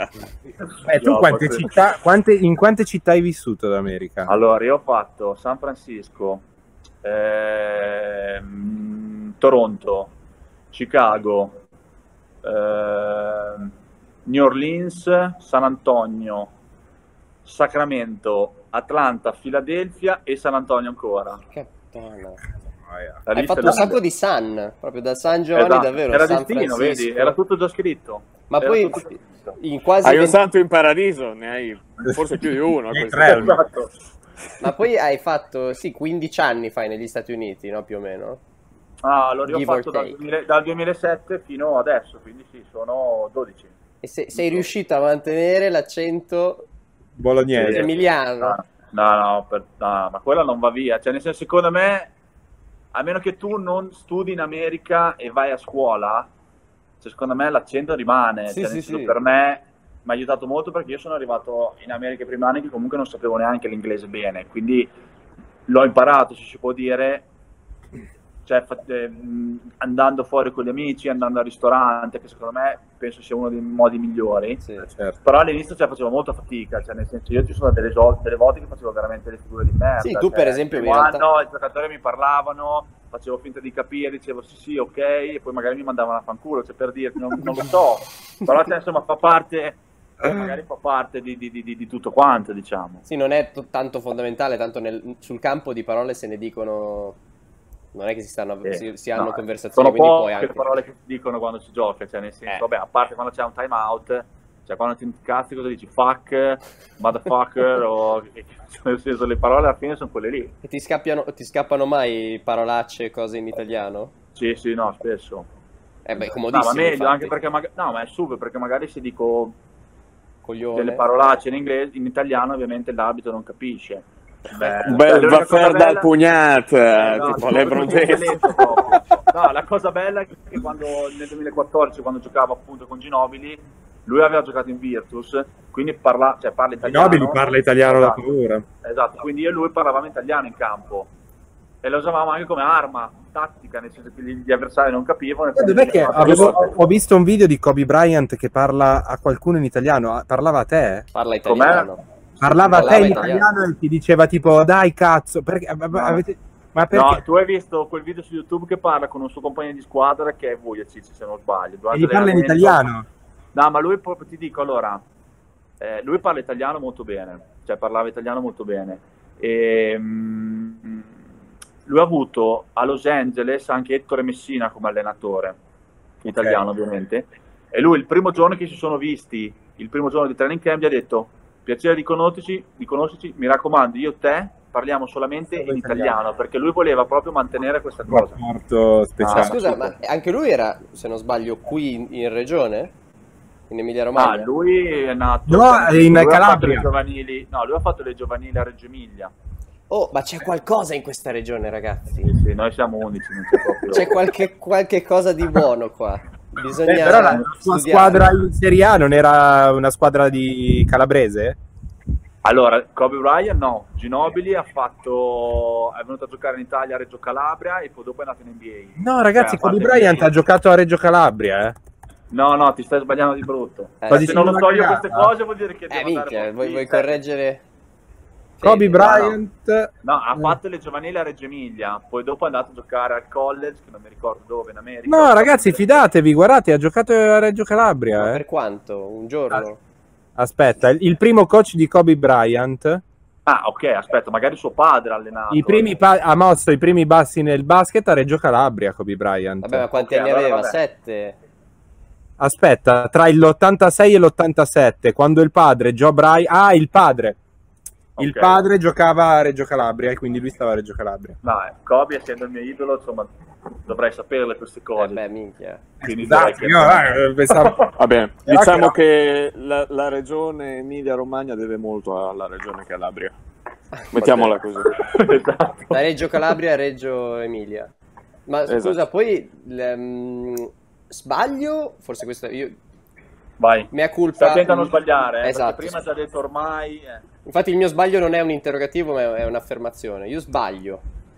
Tu in quante città hai vissuto d'America? Allora, io ho fatto San Francisco, Toronto, Chicago, New Orleans, San Antonio, Sacramento, Atlanta, Filadelfia e San Antonio ancora. Che buono. Hai fatto un sacco di San, proprio da San Giovanni, esatto. Davvero. Era San destino, Francisco. vedi? Era tutto già scritto. Ma poi in quasi hai un santo in paradiso, ne hai forse più di uno. Esatto. Ma poi hai fatto, 15 anni fai negli Stati Uniti, no? Più o meno? Allora io ho fatto dal 2007 fino adesso, quindi sì, sono 12. E sei riuscito a mantenere l'accento bolognese, emiliano? No, ma quella non va via. Cioè, nel senso, secondo me, a meno che tu non studi in America e vai a scuola, cioè, secondo me l'accento rimane. Sì, cioè, sì. Per me mi ha aiutato molto perché io sono arrivato in America i primi anni che comunque non sapevo neanche l'inglese bene, quindi l'ho imparato, se si può dire, cioè, andando fuori con gli amici, andando al ristorante, che secondo me penso sia uno dei modi migliori. Sì, certo. Però all'inizio facevo molta fatica, cioè, nel senso, io ci sono delle volte che facevo veramente le figure di merda. Sì, tu per esempio i giocatori mi parlavano, facevo finta di capire, dicevo sì, ok, e poi magari mi mandavano a fanculo, cioè, per dirti, non lo so, però cioè, insomma fa parte di tutto quanto, diciamo. Sì, non è tanto fondamentale, tanto sul campo di parole se ne dicono, non è che si hanno conversazioni, sono quindi poche puoi anche... le parole che si dicono quando si gioca, cioè nel senso, vabbè, a parte quando c'è un time out, cioè quando ti incazzi cosa dici, fuck, motherfucker, o nel senso, le parole alla fine sono quelle lì. E ti scappano mai parolacce, cose in italiano? Sì, no, spesso. Beh, comodissimo. No, ma meglio, infatti. anche perché ma è super, perché magari se dico Coglione. delle parolacce in inglese, in italiano ovviamente l'arbitro non capisce. Va fer dal pugnat, tipo LeBron James. No, la cosa bella è che quando nel 2014, quando giocavo appunto con Ginobili, lui aveva giocato in Virtus, quindi parla italiano. Ginobili parla italiano da paura. Esatto, quindi io e lui parlavamo italiano in campo e lo usavamo anche come arma tattica, nel senso che gli avversari non capivano. Dov'è che ho visto un video di Kobe Bryant che parla a qualcuno in italiano? Parlava a te? Parla italiano. Parlava a te in italiano e ti diceva tipo dai cazzo, perché no. Ma perché? No, tu hai visto quel video su YouTube che parla con un suo compagno di squadra che è Vujacic, se non sbaglio. E gli parla in italiano? No, ma lui proprio, ti dico, allora, lui parla italiano molto bene, cioè parlava italiano molto bene. E, lui ha avuto a Los Angeles anche Ettore Messina come allenatore, italiano ovviamente, e lui il primo giorno che si sono visti, il primo giorno di training camp, gli ha detto: piacere di conoscerci, mi raccomando, io e te parliamo solamente in italiano, perché lui voleva proprio mantenere questa cosa. Rapporto speciale. Scusa, ma anche lui era, se non sbaglio, qui in regione? In Emilia Romagna? Lui è nato in Calabria. Lui ha fatto le giovanili a Reggio Emilia. Oh, ma c'è qualcosa in questa regione, ragazzi. Sì, noi siamo unici, non c'è proprio... C'è qualche cosa di buono qua. Bisogna però la sua squadra in Serie A non era una squadra di calabrese? Allora, Kobe Bryant no, Ginobili è venuto a giocare in Italia a Reggio Calabria e poi dopo è andato in NBA. No, ragazzi, Kobe Bryant ha giocato a Reggio Calabria, eh? No, ti stai sbagliando di brutto. Se non lo so io queste cose vuol dire che devo andare vuoi correggere? Kobe Bryant ha fatto le giovanili a Reggio Emilia, poi dopo è andato a giocare al college, che non mi ricordo dove, in America. No, ragazzi, fidatevi, guardate, ha giocato a Reggio Calabria. Per quanto? Un giorno? Aspetta, il primo coach di Kobe Bryant. Ah, ok, aspetta, magari suo padre ha allenato. Ha mosso i primi bassi nel basket a Reggio Calabria, Kobe Bryant. Vabbè, ma quanti anni aveva? 7? Aspetta, tra l'86 e l'87, quando il padre, Joe Bryant... il padre. Il padre giocava a Reggio Calabria e quindi lui stava a Reggio Calabria. No, Kobe, essendo il mio idolo, insomma, dovrei saperle queste cose. Minchia. Scusate, io pensavo... Vabbè, diciamo che la regione Emilia-Romagna deve molto alla regione Calabria. Mettiamola così. Esatto. Da Reggio Calabria a Reggio Emilia. Ma scusa, poi sbaglio? Forse questo io... Vai. Mea culpa. Stai attento a non sbagliare, esatto. Perché prima ti ha detto ormai... Infatti il mio sbaglio non è un interrogativo, ma è un'affermazione. Io sbaglio.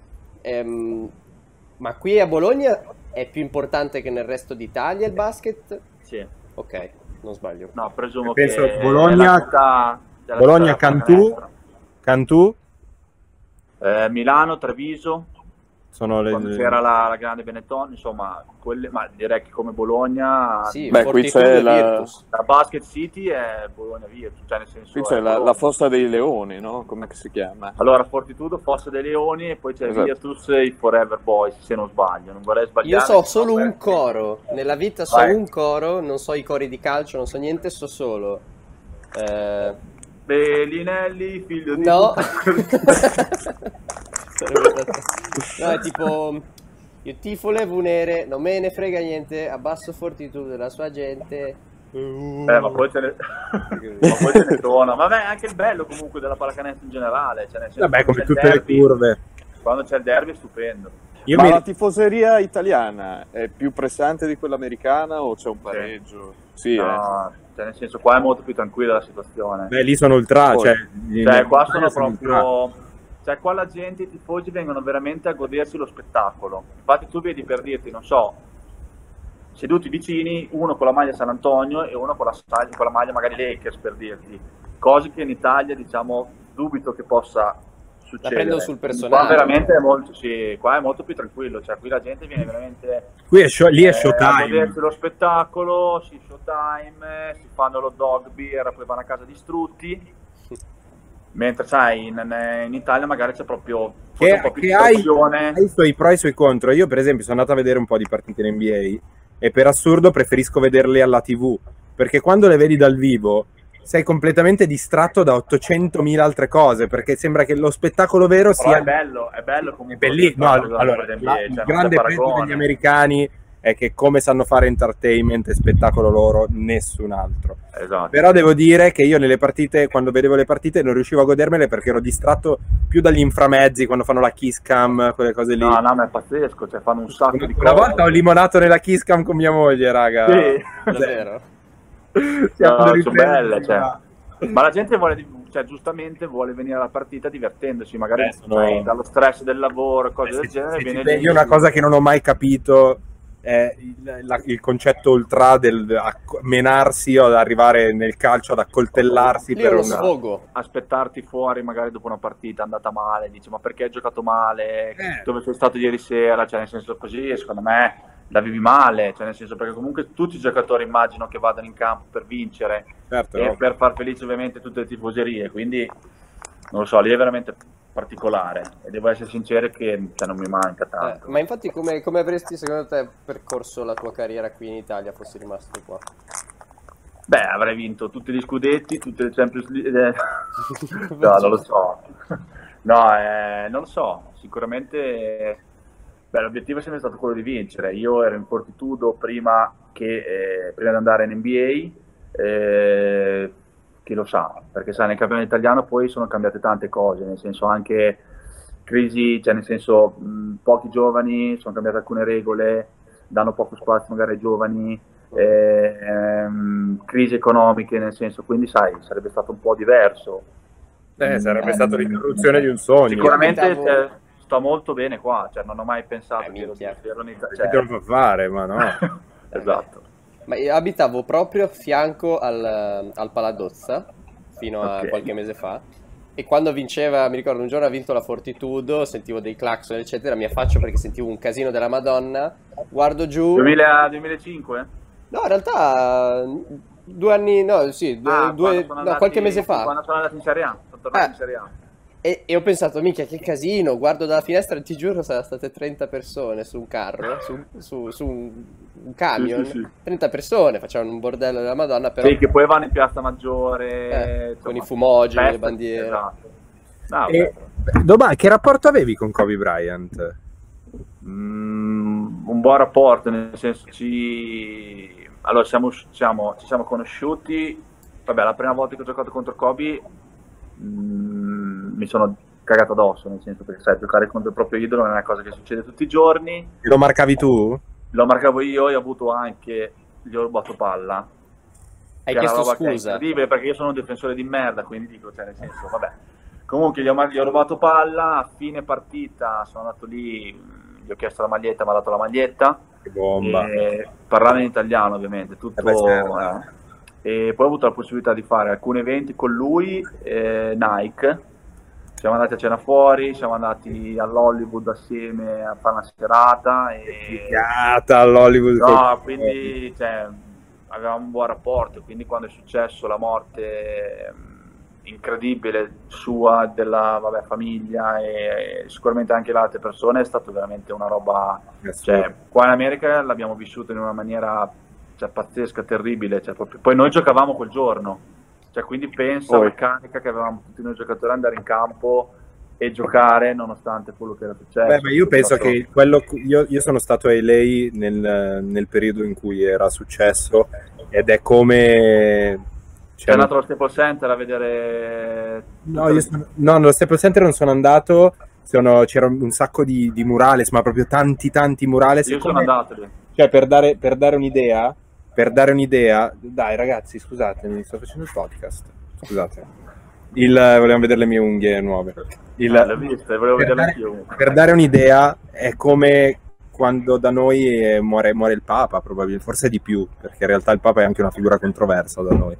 Ma qui a Bologna è più importante che nel resto d'Italia il basket? Sì. Ok, non sbaglio. No, presumo penso che... Bologna, Cantù. Milano, Treviso. Sono quando c'era la grande Benetton, insomma, ma direi che come Bologna, sì, qui c'è la Basket City è Bologna Virtus, cioè nel senso, qui c'è la Fossa dei Leoni, no? Come si chiama? Allora, Fortitudo, Fossa dei Leoni, e poi c'è Virtus e i Forever Boys, se non sbaglio, non vorrei sbagliare. Io so solo un coro, nella vita so un coro, non so i cori di calcio, non so niente, so solo Bellinelli, figlio di... No. No, è tipo io tifo le Vunere, non me ne frega niente, abbasso Fortitudo della sua gente. Ma poi ce ne sono. Vabbè, anche il bello comunque della pallacanestro in generale, cioè nel senso, vabbè, come tutte le curve. Quando c'è il derby è stupendo. Ma la tifoseria italiana è più pressante di quella americana o c'è un pareggio? Sì, no, cioè nel senso, qua è molto più tranquilla la situazione. Beh, lì sono ultra, cioè qua sono proprio... Cioè qua la gente, i tifosi vengono veramente a godersi lo spettacolo. Infatti tu vedi, per dirti, non so, seduti vicini, uno con la maglia San Antonio e uno con la maglia magari Lakers, per dirti. Cose che in Italia, diciamo, dubito che possa succedere. La prendono sul personaggio. Qua veramente è molto, sì, qua è molto più tranquillo, cioè qui la gente viene veramente... Lì è showtime. A godersi lo spettacolo, sì, showtime, si fanno lo dog beer, poi vanno a casa distrutti. Mentre sai, in Italia magari c'è proprio un po' più di tensione. Hai i suoi pro e i suoi contro. Io per esempio sono andato a vedere un po' di partite in NBA e per assurdo preferisco vederle alla TV, perché quando le vedi dal vivo sei completamente distratto da 800.000 altre cose, perché sembra che lo spettacolo vero sia... è bello comunque. È bellissimo. No, allora, il grande peso degli americani è che come sanno fare entertainment e spettacolo loro, nessun altro. Esatto. Però devo dire che io nelle partite, quando vedevo le partite, non riuscivo a godermele perché ero distratto più dagli inframezzi, quando fanno la kiss cam, quelle cose lì. No, ma è pazzesco, cioè fanno un sacco di cose. Una volta ho limonato nella kiss cam con mia moglie, raga. Sì, davvero. Sono belle, cioè. Ma la gente vuole, cioè, giustamente vuole venire alla partita divertendosi, magari dallo stress del lavoro, cose del genere. Io una cosa che non ho mai capito è il concetto ultra del menarsi o ad arrivare nel calcio ad accoltellarsi per uno sfogo. Aspettarti fuori magari dopo una partita andata male, dici ma perché hai giocato male, dove sei stato ieri sera, cioè nel senso, così secondo me la vivi male, cioè nel senso, perché comunque tutti i giocatori immagino che vadano in campo per vincere, certo, e per far felice ovviamente tutte le tifoserie, quindi non lo so, lì è veramente particolare e devo essere sincero che non mi manca tanto. Ma infatti come avresti secondo te percorso la tua carriera qui in Italia fossi rimasto qua? Beh, avrei vinto tutti gli scudetti, tutte le Champions League. No, non lo so. No, non lo so, sicuramente l'obiettivo è sempre stato quello di vincere. Io ero in Fortitudo prima di andare in NBA, chi lo sa, perché sai, nel campionato italiano poi sono cambiate tante cose, nel senso anche crisi, cioè nel senso pochi giovani, sono cambiate alcune regole, danno poco spazio magari ai giovani, crisi economiche, nel senso, quindi sai, sarebbe stato un po' diverso. Sarebbe stata l'interruzione di un sogno. Sicuramente sto molto bene qua, cioè non ho mai pensato che ero in Italia. Che lo fa fare, ma no. Esatto. Ma io abitavo proprio a fianco al Paladozza fino a qualche mese fa, e quando vinceva, mi ricordo un giorno ha vinto la Fortitudo, sentivo dei clacson eccetera, mi affaccio perché sentivo un casino della Madonna, guardo giù... 2005? No, in realtà 2 anni, no, sì, qualche mese fa. Quando sono andato in Serie A, sono tornato in Serie A. E ho pensato, minchia, che casino, guardo dalla finestra e ti giuro saranno state 30 persone su un carro, su un camion, sì. 30 persone, facevano un bordello della Madonna, però... Sì, che poi vanno in Piazza Maggiore, insomma, con i fumogeni, le bandiere. Esatto. No, domani, che rapporto avevi con Kobe Bryant? Un buon rapporto, nel senso allora ci siamo conosciuti, vabbè, la prima volta che ho giocato contro Kobe mi sono cagato addosso, nel senso, perché sai, giocare contro il proprio idolo non è una cosa che succede tutti i giorni. Lo marcavi tu? Lo marcavo io e ho avuto anche, gli ho rubato palla. Hai chiesto scusa? È incredibile, perché io sono un difensore di merda, quindi dico, cioè nel senso, vabbè. Comunque gli ho rubato palla, a fine partita sono andato lì, gli ho chiesto la maglietta, mi ha dato la maglietta. Che bomba. Parlava in italiano ovviamente, tutto... certo. E poi ho avuto la possibilità di fare alcuni eventi con lui, Nike, siamo andati a cena fuori, siamo andati all'Hollywood assieme a fare una serata all'Hollywood. No, quindi cioè, avevamo un buon rapporto, quindi quando è successo la morte incredibile sua, della famiglia e sicuramente anche le altre persone, è stato veramente una roba, cioè, qua in America l'abbiamo vissuto in una maniera pazzesca, terribile, cioè, proprio. Poi noi giocavamo quel giorno, cioè, quindi pensa alla meccanica che avevamo tutti noi giocatori, andare in campo e giocare nonostante quello che era successo. Ma io penso che io sono stato a LA nel periodo in cui era successo, ed è come... Sei andato allo Staples Center a vedere... No, nello Staples Center non sono andato, c'era un sacco di murales, ma proprio tanti murales. Io sono andato lì. Cioè, per dare un'idea, dai ragazzi, scusatemi, sto facendo il podcast, scusate, volevo vedere le mie unghie nuove. Le viste, volevo vederle anch'io. Per dare un'idea, è come quando da noi muore il Papa, probabilmente, forse di più, perché in realtà il Papa è anche una figura controversa da noi.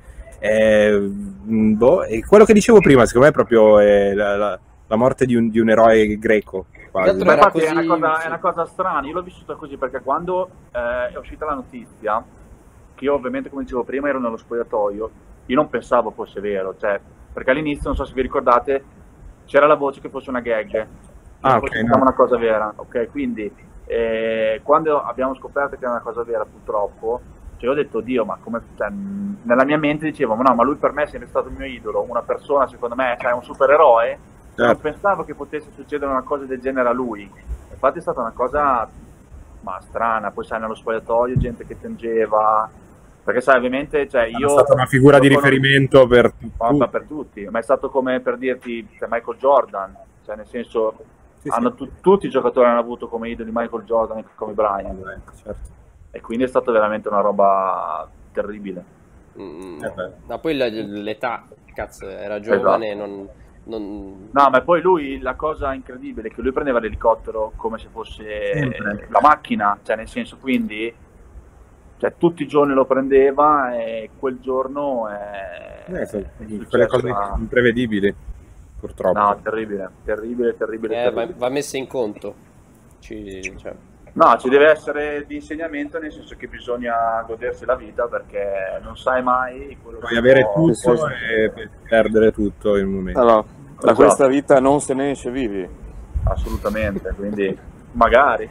E quello che dicevo prima, secondo me, è proprio la morte di un eroe greco. Infatti è una cosa strana, io l'ho vissuta così perché quando è uscita la notizia, che io ovviamente, come dicevo prima, ero nello spogliatoio, io non pensavo fosse vero, cioè, perché all'inizio, non so se vi ricordate, c'era la voce che fosse una gag, una cosa vera, ok? Quindi quando abbiamo scoperto che era una cosa vera, purtroppo, cioè, ho detto, Dio, ma come, cioè, nella mia mente dicevo, ma no, ma lui per me è sempre stato il mio idolo, una persona, secondo me, cioè, un supereroe. Non pensavo che potesse succedere una cosa del genere a lui, infatti è stata una cosa strana. Poi sai, nello spogliatoio gente che piangeva, perché sai, ovviamente, cioè, io... È stata una figura di riferimento per tutti, ma è stato come per dirti, cioè, Michael Jordan, cioè nel senso, tutti i giocatori hanno avuto come idoli Michael Jordan e Kobe Bryant, certo. E quindi è stata veramente una roba terribile. Ma poi l'età, cazzo, era giovane, esatto. No, ma poi lui, la cosa incredibile è che lui prendeva l'elicottero come se fosse la macchina, cioè nel senso, quindi, cioè, tutti i giorni lo prendeva, e quel giorno quelle cose imprevedibili, purtroppo. No, terribile. Va messo in conto. No, ci deve essere di insegnamento, nel senso che bisogna godersi la vita, perché non sai mai quello Puoi avere tutto e perdere tutto in un momento. Allora, da questa vita non se ne esce vivi. Assolutamente, quindi magari.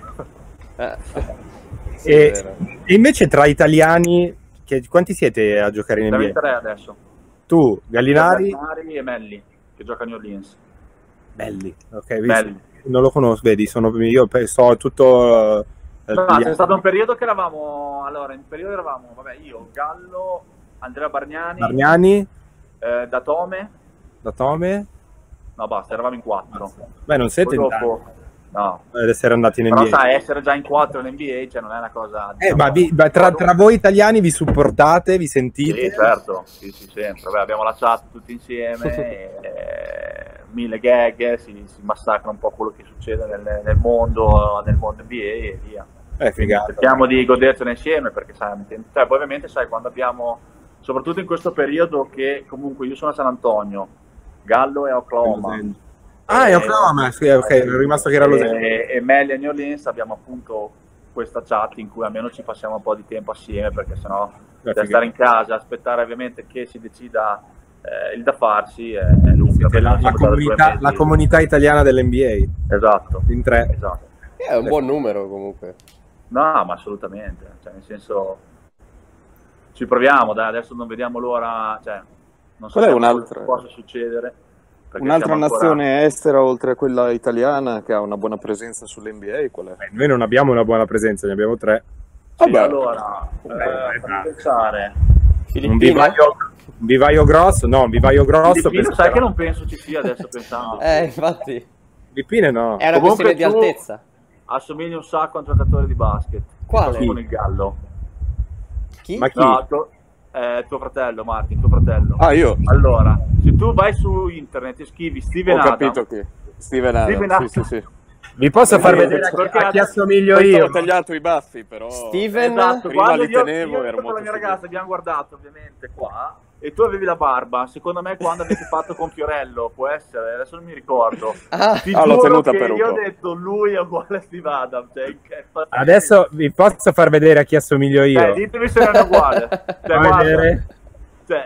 Sì, E invece tra italiani, quanti siete a giocare in Siamo NBA? in 3 adesso. Tu, Gallinari? Gallinari e Melli, che gioca a New Orleans. Belli, ok, Belli. non lo conosco, vedi, io so tutto... No, c'è stato un periodo che eravamo, vabbè, io, Gallo, Andrea Bargnani, Datome, no basta, eravamo in 4. Beh, non siete in tanti No, ad essere andati in però NBA. sai, essere già in 4 in NBA, cioè non è una cosa... Ma tra voi italiani vi supportate, vi sentite? Sì, certo, sì, sempre. Vabbè, abbiamo la chat tutti insieme, e 1000 gag, si massacra un po' quello che succede nel mondo NBA e via. Figata. Cerchiamo di godercene insieme, perché sai, poi ovviamente sai, quando abbiamo, soprattutto in questo periodo, che comunque io sono a San Antonio, Gallo è a Oklahoma. È Oklahoma, sì, ok, ero rimasto che era Los Angeles. E Melli e New Orleans abbiamo appunto questa chat in cui almeno ci passiamo un po' di tempo assieme, perché sennò da stare in casa, aspettare ovviamente che si decida il da farsi è lunga. La comunità italiana dell'NBA. Esatto. In 3. Esatto. È un buon numero comunque. No, ma assolutamente, cioè, nel senso, ci proviamo, dai, adesso non vediamo l'ora, cioè, non so cosa possa succedere. Un'altra nazione estera oltre a quella italiana che ha una buona presenza sull'NBA, qual è? Noi non abbiamo una buona presenza, ne abbiamo 3. Sì, allora, fammi pensare. Un vivaio grosso? No, un vivaio grosso. Sai che non penso ci sia adesso pensando. Infatti. Filippine no. È una questione di altezza. Assomigli un sacco a un giocatore di basket. Quale? Con il Gallo. Chi? Ma chi? No, tuo fratello, Martin, tuo fratello. Ah, io? Allora, se tu vai su internet e scrivi Steven Adams. Ho capito chi. Steven Adams. Sì. Vi posso far vedere a chi assomiglio io? Ho tagliato i baffi, però. Steven, esatto, prima li tenevo, io ero con la mia molto ragazza abbiamo guardato ovviamente qua e tu avevi la barba. Secondo me quando avete fatto con Fiorello, può essere, adesso non mi ricordo. L'ho tenuta per un io po'. ho detto lui è uguale a Steve Adams, cioè, adesso vi posso far vedere a chi assomiglio io. Ditemi se non è uguale. Cioè, vedere. Cioè,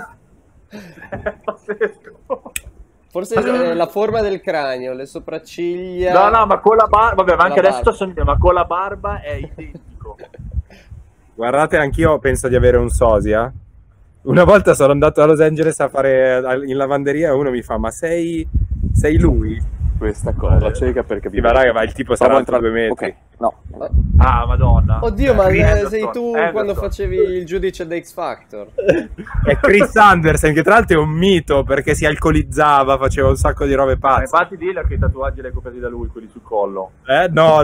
è pazzesco. forse la forma del cranio, le sopracciglia. No, ma con la barba, vabbè, ma anche La adesso barba. assomiglia, ma con la barba è identico. Guardate, anch'io penso di avere un sosia. Una volta sono andato a Los Angeles a fare in lavanderia e uno mi fa: ma sei lui? Questa cosa cieca perché Sì, ma raga, ma il tipo sarà alto 2 metri. Ok, no. Ah, madonna. Oddio, ma Anderson, sei tu quando facevi il giudice da X Factor. È Chris Anderson, che tra l'altro è un mito perché si alcolizzava, faceva un sacco di robe Ma pazze. infatti dillo che i tatuaggi li hai copiati da lui, quelli sul collo. No.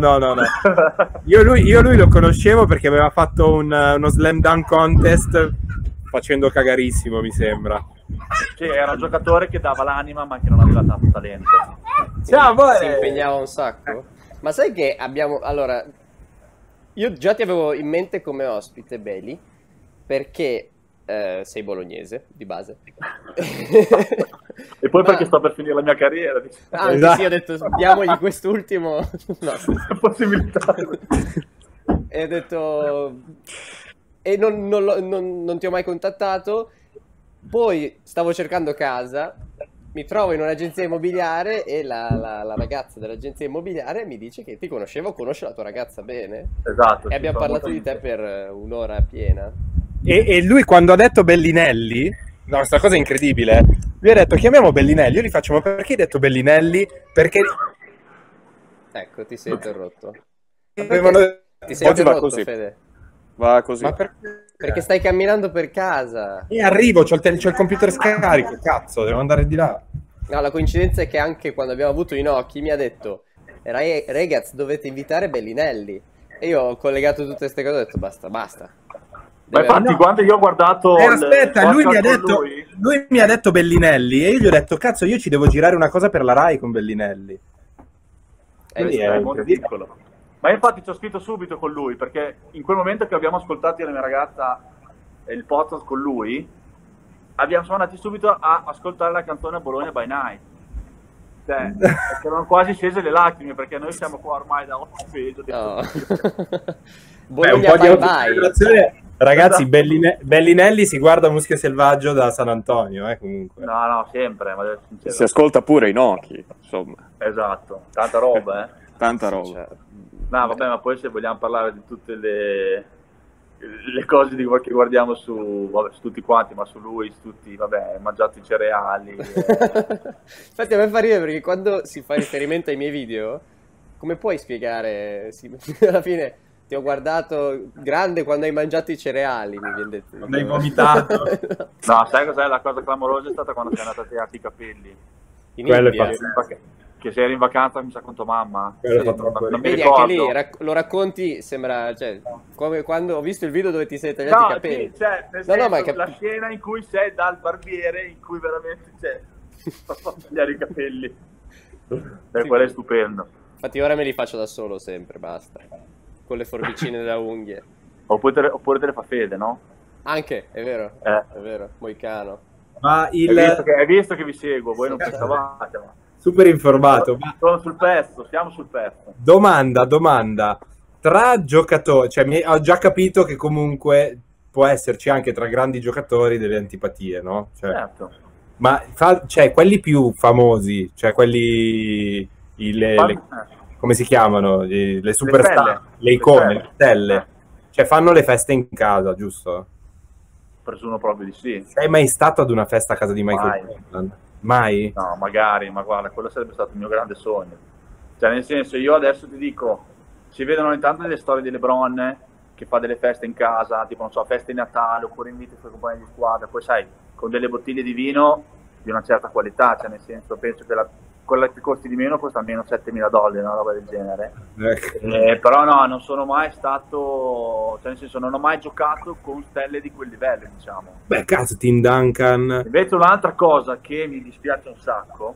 Io lui lo conoscevo perché aveva fatto uno slam dunk contest facendo cagarissimo, mi sembra. Sì, era un giocatore che dava l'anima ma che non aveva tanto talento. Si impegnava un sacco. Ma sai che abbiamo... Allora, io già ti avevo in mente come ospite, Beli, perché sei bolognese, di base. E poi perché sto per finire la mia carriera. Anche Esatto. sì, ho detto, diamogli quest'ultimo... No. Possibilità. E ho detto... E non ti ho mai contattato. Poi stavo cercando casa, mi trovo in un'agenzia immobiliare e la ragazza dell'agenzia immobiliare mi dice che ti conosce la tua ragazza bene. Esatto. E abbiamo parlato di te per un'ora piena. E lui quando ha detto Bellinelli, no, questa cosa è incredibile, lui ha detto chiamiamo Bellinelli, io gli faccio ma perché hai detto Bellinelli? Perché... Ecco, ti sei interrotto. avevano... Ti sei Oggi va interrotto, così. Fede. Va così. Ma perché? Perché stai camminando per casa. E arrivo, c'ho il computer scarico, cazzo, devo andare di là. No, la coincidenza è che anche quando abbiamo avuto Inoki mi ha detto ragazzi, dovete invitare Bellinelli. E io ho collegato tutte queste cose e ho detto basta. Ma infatti quando io ho guardato aspetta, lui mi ha podcast con detto lui mi ha detto Bellinelli e io gli ho detto cazzo, io ci devo girare una cosa per la Rai con Bellinelli. Quindi è molto piccolo. Ma infatti ci ho scritto subito con lui, perché in quel momento che abbiamo ascoltato io e la mia ragazza il podcast con lui, siamo andati subito a ascoltare la canzone Bologna by Night. cioè, erano quasi scese le lacrime, perché noi siamo qua ormai da 8 mesi. No. Bologna, un po' di autocelebrazione. Ragazzi, Bellinelli si guarda Muschio Selvaggio da San Antonio, comunque. No, sempre. Ma si ascolta pure Inoki, insomma. Esatto, tanta roba, Tanta roba. Cioè, no, vabbè, ma poi se vogliamo parlare di tutte le cose che guardiamo su tutti quanti, ma su lui, su tutti, vabbè, mangiato i cereali. Infatti a me fa ridere perché quando si fa riferimento ai miei video, come puoi spiegare? Alla fine ti ho guardato grande quando hai mangiato i cereali, mi viene detto. Quando hai vomitato. No, sai cos'è? La cosa clamorosa è stata quando sei andata a tirarti i capelli. In India. Che sei eri in vacanza, mi sa, con tua mamma. Non mi ricordo. Anche lì lo racconti, sembra, cioè, come quando ho visto il video dove ti sei tagliati i capelli. Sì, cioè, nel senso, la scena in cui sei dal barbiere, in cui veramente fa tagliare i capelli. Quello è stupendo. Infatti ora me li faccio da solo sempre, basta. Con le forbicine da unghie. Oppure te le fa Fede, no? Anche, è vero. È vero, Moicano. Ma hai visto che vi seguo, voi non pensavate, ma... Super informato. Sono sul pezzo, siamo sul pezzo. Domanda. Tra giocatori, cioè ho già capito che comunque può esserci anche tra grandi giocatori delle antipatie, no? Cioè, certo. Ma quelli più famosi, cioè quelli... come si chiamano? Le superstar, le icone, le stelle. Cioè fanno le feste in casa, giusto? Presumo proprio di sì. Sei mai stato ad una festa a casa di Michael Jordan? Mai? No, magari, ma guarda, quello sarebbe stato il mio grande sogno. Cioè, nel senso, io adesso ti dico, si vedono ogni tanto delle storie di LeBron che fa delle feste in casa, tipo, non so, feste di Natale, oppure invita i suoi compagni di squadra, poi sai, con delle bottiglie di vino di una certa qualità, cioè nel senso, penso che quella che costi di meno costa almeno $7.000, una roba del genere. Però no, non sono mai stato, cioè nel senso, non ho mai giocato con stelle di quel livello, diciamo. Beh, cazzo, Tim Duncan. Invece un'altra cosa che mi dispiace un sacco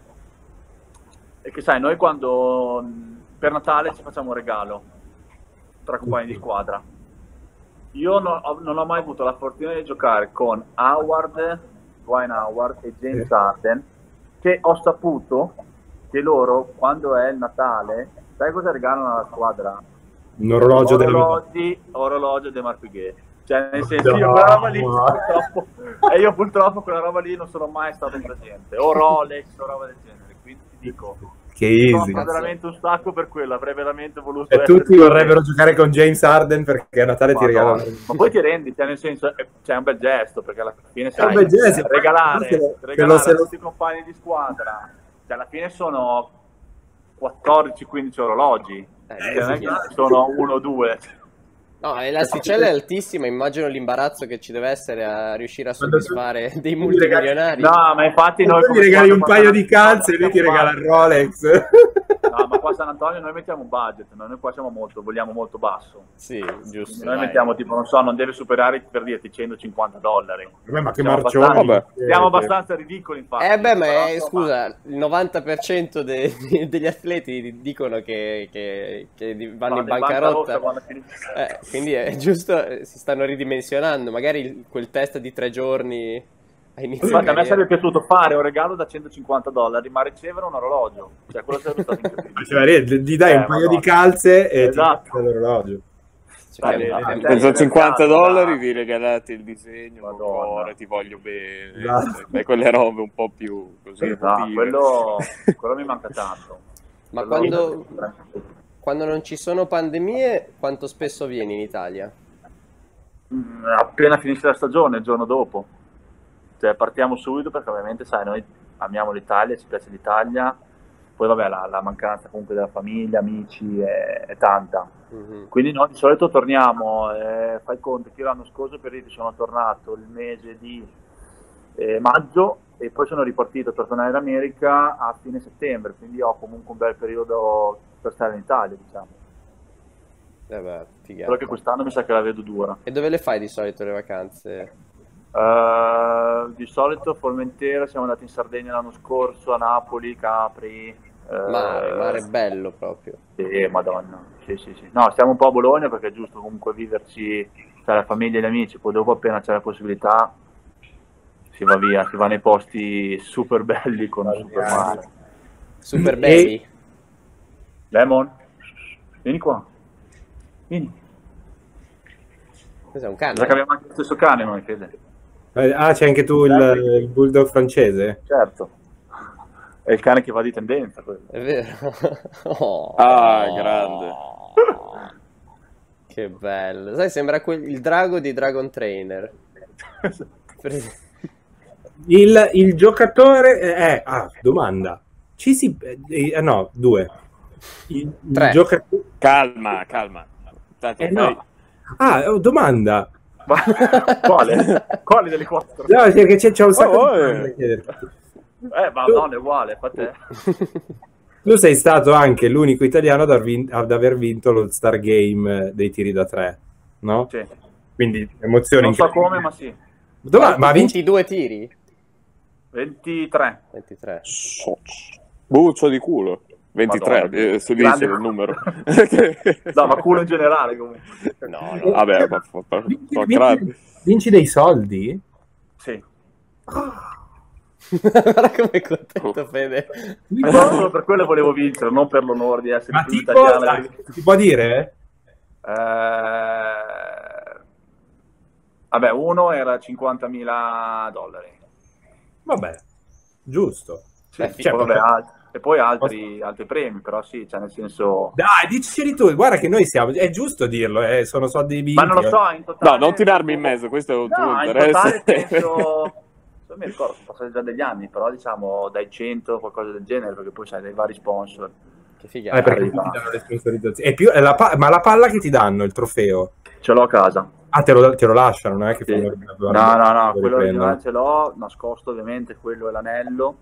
è che, sai, noi quando per Natale ci facciamo un regalo tra compagni di squadra. Io non ho mai avuto la fortuna di giocare con Dwayne Howard e James Harden, che ho saputo che loro, quando è il Natale, sai cosa regalano alla squadra? Un orologio orologio di Marpighe. Cioè, nel senso, io quella roba lì purtroppo quella roba lì non sono mai stato presente. O Rolex o roba del genere. Quindi ti dico, che easy. Ho veramente un sacco per quello, avrei veramente voluto. E tutti vorrebbero giocare con James Harden perché a Natale ti regalano. Ma poi ti rendi, cioè, nel senso, c'è un bel gesto, perché alla fine sai, è un bel gesto, regalare a tutti i compagni di squadra, cioè alla fine sono 14-15 orologi, sono 1 o 2. No, e l'asticella è altissima, immagino l'imbarazzo che ci deve essere a riuscire a soddisfare dei multimilionari. No, ma infatti noi ti regali un paio di calze e lui ti regala il Rolex. No, ma qua a San Antonio noi mettiamo un budget, noi qua vogliamo molto basso. Sì, giusto. Noi mettiamo tipo, non so, non deve superare, per dirti, $150. Ma che marcioni. Siamo abbastanza ridicoli, infatti. Ma scusa, il 90% degli atleti dicono che vanno in bancarotta. Quindi è giusto, si stanno ridimensionando. Magari quel test di 3 giorni a inizio. Infatti, a me sarebbe piaciuto fare un regalo da $150, ma ricevere un orologio. Cioè, quello sarebbe stato incredibile. Gli dai un paio di calze e esatto. ti l'orologio. Per $50 vi regalate il disegno, il cuore, ti voglio bene. Esatto. Quelle robe un po' più così. Quello mi manca tanto. Ma quando non ci sono pandemie, quanto spesso vieni in Italia? Appena finisce la stagione, il giorno dopo. Cioè, partiamo subito perché ovviamente, sai, noi amiamo l'Italia, ci piace l'Italia. Poi vabbè, la mancanza comunque della famiglia, amici è tanta. Quindi noi di solito torniamo, fai conto che io l'anno scorso sono tornato il mese di maggio e poi sono ripartito per tornare in America a fine settembre, quindi ho comunque un bel periodo per stare in Italia, diciamo. Però che quest'anno mi sa che la vedo dura. E dove le fai di solito le vacanze? Di solito Formentera, siamo andati in Sardegna l'anno scorso, a Napoli, Capri. Mare bello proprio. Sì, madonna. Sì. No, stiamo un po' a Bologna perché è giusto comunque viverci, cioè la famiglia e gli amici, poi dopo appena c'è la possibilità si va via, si va nei posti super belli con un super mare. Super Baby. Lemon, vieni qua. Vieni. Cos'è, un cane? Sa che abbiamo anche lo stesso cane noi, Fede. C'è anche tu il bulldog francese? Certo. È il cane che va di tendenza, quello. È vero. Oh. Grande. Che bello. Sai, sembra il drago di Dragon Trainer. Il giocatore domanda. No, 2. Il 3. giocatore... Calma. No. Domanda. Quale delle 4? No, perché c'è un sacco di domande da chiederti. Ma non è uguale, fa te. Tu sei stato anche l'unico italiano ad aver vinto l'All-Star Game dei tiri da 3, no? Sì. Quindi emozioni Non so come, ma sì. Ma 22 tiri? 23. Buccio di culo. 23, Madonna, si dice il numero. No, ma culo in generale comunque. No. Vabbè, vinci dei soldi? Sì. Guarda come è contento Fede. Solo per quello volevo vincere, non per l'onore di essere il più italiano. Si può dire? Vabbè, uno era $50.000. Vabbè, giusto. Sì, e poi altri premi, però sì, cioè nel senso... Dai, diceli tu, guarda che noi siamo... È giusto dirlo, sono soldi vinti. Ma non lo so, in totale... No, non tirarmi in mezzo, questo è un tuo interesse. In totale penso... Non mi ricordo, sono passati già degli anni, però diciamo dai 100, qualcosa del genere, perché poi sai dei vari sponsor. Che figata. Perché ti danno le sponsorizzazioni. Ma la palla che ti danno, il trofeo? Ce l'ho a casa. Te lo lasciano, non è che Sì. fanno No, quello originale ce l'ho, nascosto ovviamente, quello è l'anello,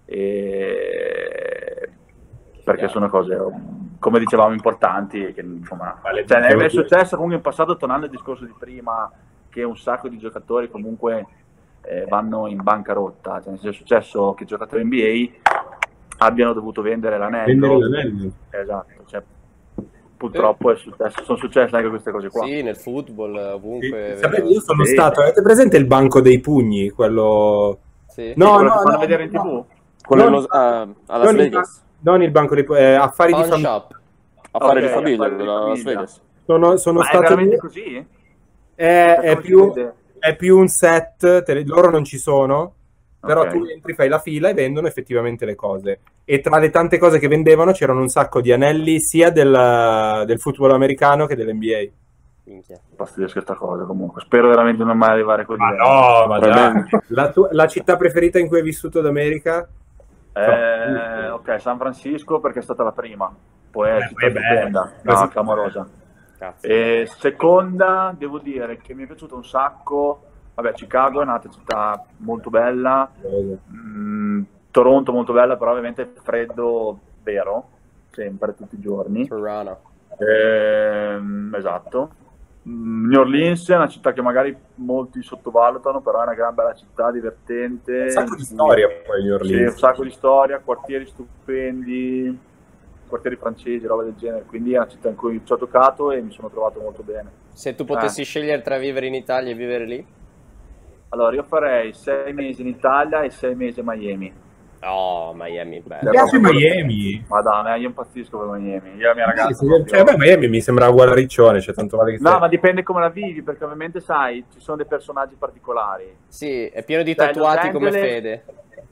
perché sono cose, come dicevamo, importanti, che insomma, cioè, è successo comunque in passato, tornando al discorso di prima, che un sacco di giocatori comunque vanno in bancarotta, cioè, è successo che giocatori NBA abbiano dovuto vendere l'anello. Esatto, cioè, purtroppo sono successe anche queste cose qua. Sì, nel football, ovunque. Sì. Io sono stato, avete presente il banco dei pugni? Quello... Sì. No, quello che fanno vedere in TV? Quello a Las Vegas. Non il banco dei affari di famiglia. Affari di famiglia della Las Vegas. Sono stato... È veramente così? È più un set, loro non ci sono, però tu entri, fai la fila e vendono effettivamente le cose. E tra le tante cose che vendevano c'erano un sacco di anelli sia del football americano che dell'NBA. Minchia. Pazzesca questa cosa, comunque. Spero veramente di non mai arrivare a quel livello. No, ma dai. La città preferita in cui hai vissuto d'America? Ok, San Francisco, perché è stata la prima. Poi è città stupenda, clamorosa. E seconda, devo dire che mi è piaciuto un sacco. Vabbè, Chicago è un'altra città molto bella. Toronto molto bella, però ovviamente è freddo vero, sempre, tutti i giorni. Toronto. Esatto. New Orleans è una città che magari molti sottovalutano, però è una gran bella città, divertente. Un sacco di storia poi New Orleans. Sì, un sacco di storia, quartieri stupendi, quartieri francesi, roba del genere. Quindi è una città in cui ci ho giocato e mi sono trovato molto bene. Se tu potessi scegliere tra vivere in Italia e vivere lì? Allora, io farei 6 mesi in Italia e 6 mesi a Miami. Oh, Miami, bello. Mi piace Miami? Madonna, io impazzisco per Miami. Io e la mia ragazza. Miami mi sembra uguale a Riccione, cioè tanto vale che no, ma dipende come la vivi, perché ovviamente sai, ci sono dei personaggi particolari. Sì, è pieno di tatuati come Fede.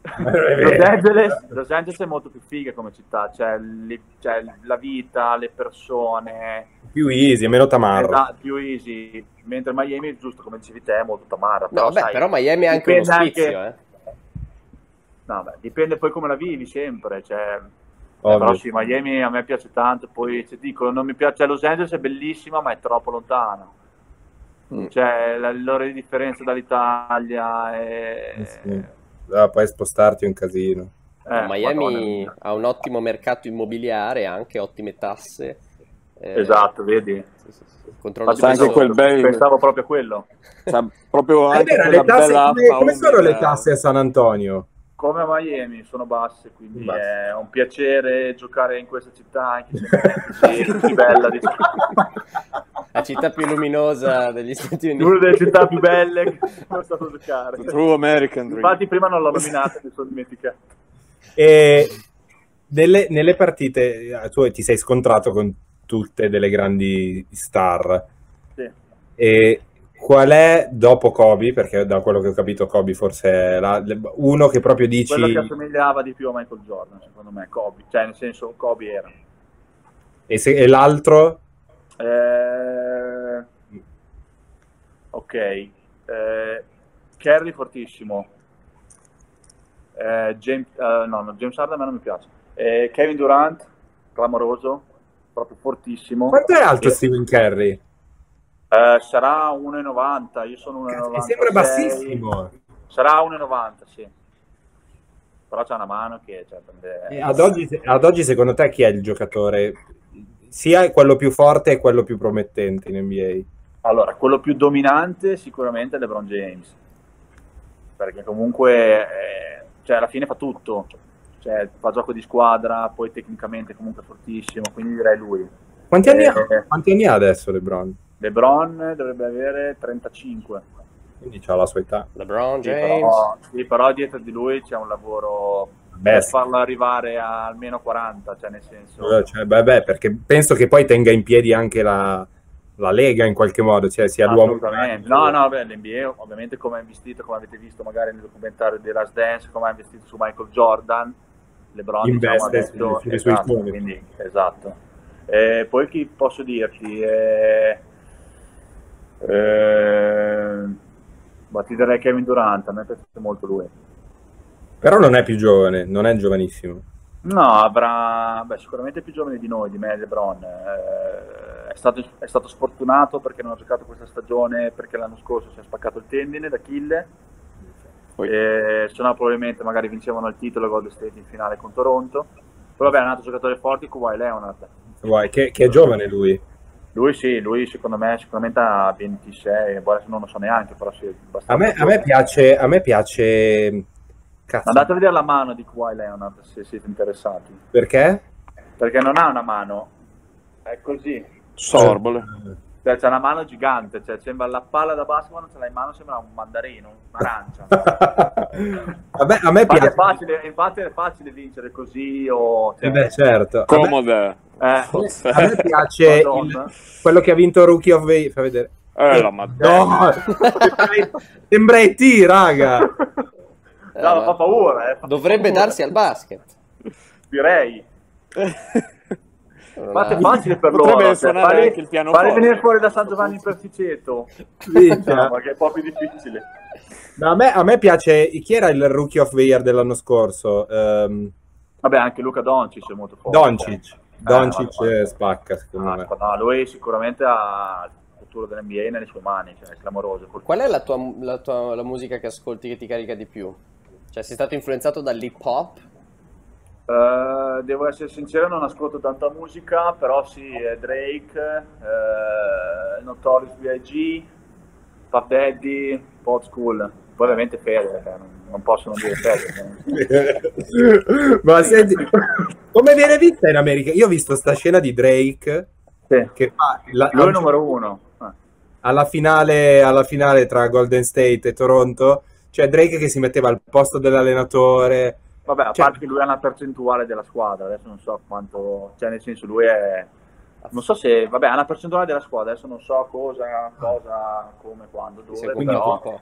Los Angeles è molto più figa come città, c'è la vita, le persone. Più easy, meno tamarro. Più easy, mentre Miami, giusto come dicevi te, è molto tamarra. No, però Miami è anche uno sfizio, No, beh, dipende poi come la vivi sempre, cioè, però sì, Miami a me piace tanto, poi ti dico, non mi piace, Los Angeles è bellissima ma è troppo lontana, cioè l'ora di differenza dall'Italia poi spostarti è un casino. Miami ha un ottimo mercato immobiliare, anche ottime tasse. Esatto, vedi? Anche quel pensavo proprio a quello. Proprio anche le tasse, come sono le tasse a San Antonio? Come a Miami, sono basse, quindi è un piacere giocare in questa città, anche se non è così bella. Diciamo. La città più luminosa degli Stati Uniti. Una delle città più belle che sono stato giocare. True American Dream. Infatti prima non l'ho nominata, mi sono dimenticato. nelle partite tu ti sei scontrato con tutte delle grandi star. Sì. E qual è, dopo Kobe, perché da quello che ho capito Kobe forse è uno che proprio dici... Quello che assomigliava di più a Michael Jordan, secondo me, Kobe. Cioè, nel senso, Kobe era. E l'altro? Ok. Curry fortissimo. James Harden a me non mi piace. Kevin Durant, clamoroso, proprio fortissimo. Quanto è alto Stephen Curry? Sarà 1,90, io sono 1,96. Mi sembra bassissimo. Sarà 1,90, sì. Però c'ha una mano che... Cioè, prende... ad oggi secondo te chi è il giocatore? Sia quello più forte e quello più promettente in NBA? Allora, quello più dominante sicuramente è LeBron James. Perché comunque... cioè, alla fine fa tutto. Cioè, fa gioco di squadra, poi tecnicamente comunque fortissimo, quindi direi lui. Quanti anni ha adesso LeBron? LeBron dovrebbe avere 35. Quindi c'ha la sua età. LeBron James. Però dietro di lui c'è un lavoro per farlo arrivare a almeno 40, cioè nel senso... Cioè, perché penso che poi tenga in piedi anche la Lega in qualche modo, cioè sia l'uomo... Assolutamente. No, l'NBA ovviamente come è investito, come avete visto magari nel documentario di Last Dance, come ha investito su Michael Jordan, LeBron investe diciamo, sulle sue icone. Quindi, esatto. Poi chi posso dirti? Ti direi Kevin Durant, a me piace molto lui. Però non è più giovane, non è giovanissimo. No, avrà sicuramente più giovane di noi, di me e LeBron. È stato sfortunato perché non ha giocato questa stagione, perché l'anno scorso si è spaccato il tendine d'Achille. Se no probabilmente magari vincevano il titolo Golden State in finale con Toronto. Però vabbè, è un altro giocatore forte, Kawhi Leonard. Che è giovane lui. Lui secondo me sicuramente ha 26, adesso non lo so neanche, però sì, a me piace cazzo. Andate a vedere la mano di Kawhi Leonard se siete interessati. Perché? Perché non ha una mano, è così. Sorbole. Cioè, c'è una mano gigante, cioè sembra la palla da basketball, non ce l'hai in mano, sembra un mandarino, un'arancia. a me piace. Infatti è facile vincere così o... Cioè, certo. Comoda. A me piace quello che ha vinto Rookie of the Year. Fa vedere. La Madonna. No, sembra E.T., raga. No, fa paura. Dovrebbe darsi al basket. Direi. Infatti è facile per Potrebbe loro. suonare anche il pianoforte. Fare venire fuori da San Giovanni in Persiceto. Diciamo, che è un po' più difficile. No, a me piace. Chi era il Rookie of the Year dell'anno scorso? Vabbè, anche Luka Doncic è molto forte. Doncic spacca, secondo me. No, lui sicuramente ha il futuro dell'NBA nelle sue mani, cioè è clamoroso. Qual è la musica che ascolti che ti carica di più? Cioè, sei stato influenzato dall'hip hop? Devo essere sincero, non ascolto tanta musica, però sì, Drake, Notorious B.I.G., Puff Daddy, Old School. Poi ovviamente Fede, non posso non dire Fede. Ma senti, come viene vista in America? Io ho visto sta scena di Drake, sì, che fa lui è il numero uno. Alla finale tra Golden State e Toronto, cioè Drake che si metteva al posto dell'allenatore. Vabbè, a parte che lui ha una percentuale della squadra, adesso non so quanto, cioè nel senso lui è, non so se, vabbè, ha una percentuale della squadra, adesso non so cosa, come, quando, dove, però,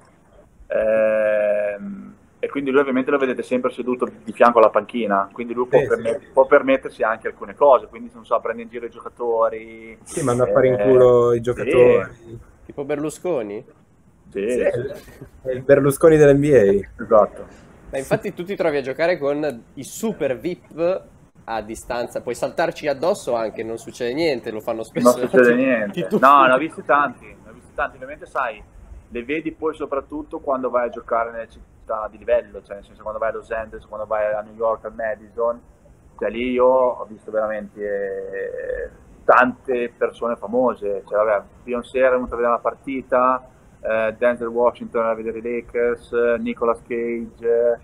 e quindi lui ovviamente lo vedete sempre seduto di fianco alla panchina, quindi lui può permettersi anche alcune cose, quindi non so, prende in giro i giocatori. Sì, manda a fare in culo i giocatori. Sì. Tipo Berlusconi? Sì. È il Berlusconi dell'NBA. Esatto. Ma infatti tu ti trovi a giocare con i super VIP a distanza, puoi saltarci addosso anche, non succede niente, lo fanno spesso. Non succede niente. No, ne ho visti tanti, ovviamente sai, le vedi poi soprattutto quando vai a giocare nelle città di livello, cioè nel senso quando vai a Los Angeles, quando vai a New York, al Madison, cioè lì io ho visto veramente tante persone famose, cioè vabbè, Beyoncé era venuta a vedere la partita, Denzel Washington a vedere i Lakers, Nicolas Cage,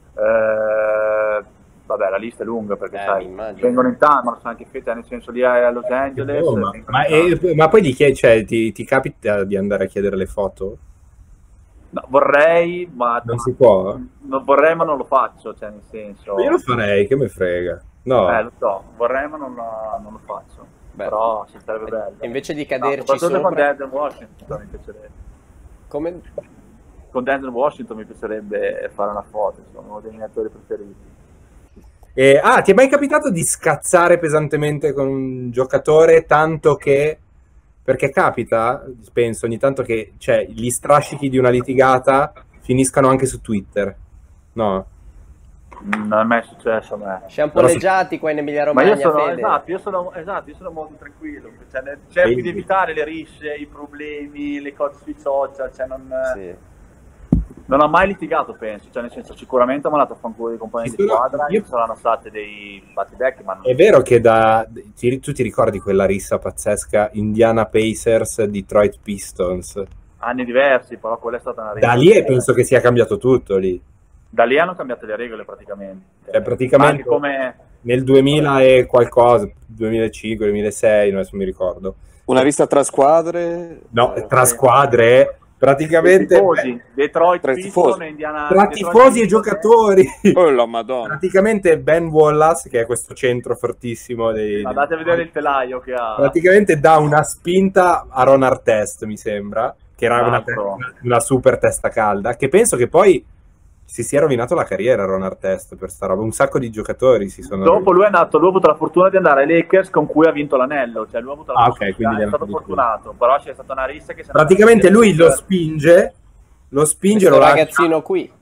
vabbè la lista è lunga perché sai, vengono in tanto, ma lo sa anche Fede, nel senso lì a Los Angeles. Ma poi ti capita di andare a chiedere le foto? No, vorrei, ma non si può? Non vorrei, ma non lo faccio, cioè nel senso. Io lo farei, che me frega. No. Lo so, vorrei ma non lo faccio. Beh, però si sarebbe bello. Invece di caderci soprattutto sopra... con Denzel Washington mi piacerebbe. Come? Con Denzel Washington mi piacerebbe fare una foto, sono uno dei miei attori preferiti. Ti è mai capitato di scazzare pesantemente con un giocatore tanto che... Perché capita, penso, ogni tanto che gli strascichi di una litigata finiscano anche su Twitter, no? Non è mai successo a me. Sciampolleggiati qua in Emilia Romagna. Ma io sono molto tranquillo. Cerchi di evitare le risse, i problemi, le cose sui social. Non ho mai litigato, penso. Nel senso, sicuramente ho mandato a fanculo i compagni di squadra. Ci saranno stati dei battibecchi, ma non... È vero che tu ti ricordi quella rissa pazzesca Indiana Pacers, Detroit Pistons? Anni diversi, però quella è stata una rissa. Da lì penso che sia cambiato tutto lì. Da lì hanno cambiato le regole praticamente. Praticamente come... nel 2000 e qualcosa, 2005, 2006, adesso mi ricordo. Una rissa tra squadre? No, tra squadre, praticamente... Tifosi, Detroit Pistons, Indiana... Tra tifosi e giocatori. Oh la Madonna. Praticamente Ben Wallace, che è questo centro fortissimo andate a vedere il telaio che ha. Praticamente dà una spinta a Ron Artest, mi sembra, che era una super testa calda, che penso che poi si sia rovinato la carriera Ron Artest per sta roba. Un sacco di giocatori si sono... Dopo lui ha avuto la fortuna di andare ai Lakers, con cui ha vinto l'anello. Lui ha avuto la ok, quindi è stato fortunato. Però c'è stata una rissa che... Praticamente lui lo spinge questo ragazzino qui.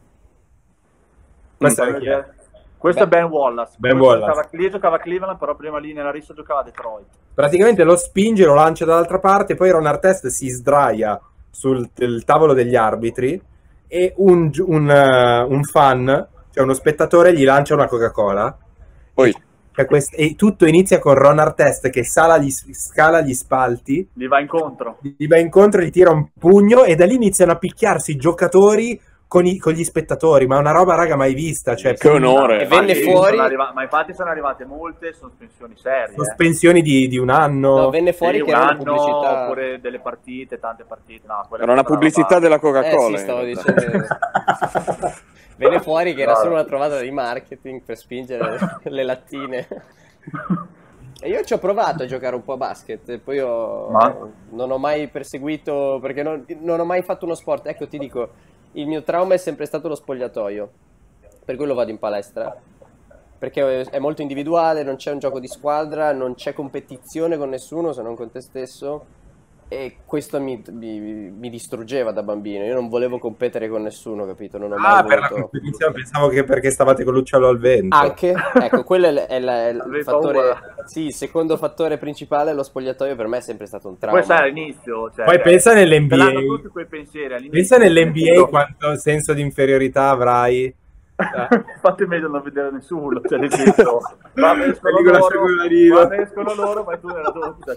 Questo è Ben Wallace. Lì giocava a Cleveland, però prima lì nella rissa giocava a Detroit. Praticamente lo spinge, lo lancia dall'altra parte, poi Ron Artest si sdraia sul tavolo degli arbitri e un fan, cioè uno spettatore, gli lancia una Coca-Cola. Poi e tutto inizia con Ron Artest che scala gli spalti, gli va incontro, gli tira un pugno e da lì iniziano a picchiarsi i giocatori con gli spettatori, ma è una roba raga mai vista, cioè, che onore. E venne fuori, ma infatti sono arrivate molte sospensioni serie, sospensioni di un anno. No, venne fuori che era una pubblicità, oppure delle partite, tante partite, era una pubblicità della Coca-Cola. Sì, stavo dicendo. Venne fuori che era solo una trovata di marketing per spingere le lattine. E io ci ho provato a giocare un po' a basket, poi non ho mai perseguito, perché non ho mai fatto uno sport. Ecco, ti dico, il mio trauma è sempre stato lo spogliatoio, per quello vado in palestra, perché è molto individuale, non c'è un gioco di squadra, non c'è competizione con nessuno se non con te stesso, e questo mi distruggeva da bambino. Io non volevo competere con nessuno, capito? Non ho mai voluto... per la competizione pensavo che perché stavate con l'uccello al vento. Anche, ecco, quello è il fattore. Sì, il secondo fattore principale, lo spogliatoio per me è sempre stato un trauma. Poi sai all'inizio, poi pensa nell'NBA. Tutti quei pensieri pensa nell'NBA quanto senso di inferiorità avrai. Infatti è meglio non vedere nessuno, cioè nel senso, quando escono loro, vai tu nella doccia.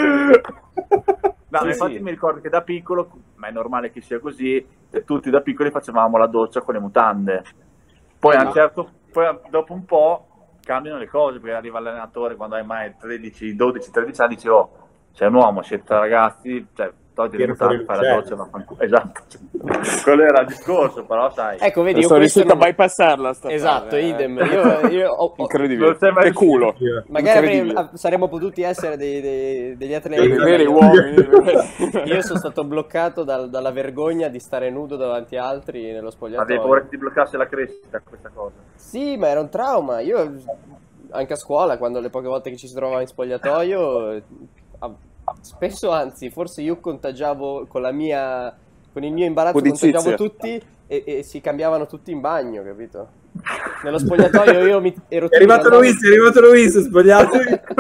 No, sì, infatti mi ricordo che da piccolo, ma è normale che sia così, tutti da piccoli facevamo la doccia con le mutande. Poi poi dopo un po' cambiano le cose, perché arriva l'allenatore quando hai mai 13, 12, 13 anni, dice sei un uomo, siete ragazzi, cioè togli le mutande, fai la doccia, esatto, quello era il discorso, però sai. Ecco, vedi, io sono riuscito a bypassarla esatto, idem. Io incredibile, che culo. Magari saremmo potuti essere degli atleti veri uomini. Io sono stato bloccato dalla vergogna di stare nudo davanti a altri nello spogliatoio. Avevi paura che ti bloccasse la crescita questa cosa? Sì, ma era un trauma. Io anche a scuola, quando le poche volte che ci si trovava in spogliatoio, spesso, anzi, forse io contagiavo con il mio imbarazzo, contagiavo tutti e si cambiavano tutti in bagno, capito? Nello spogliatoio io ero... È arrivato Luis, spogliato.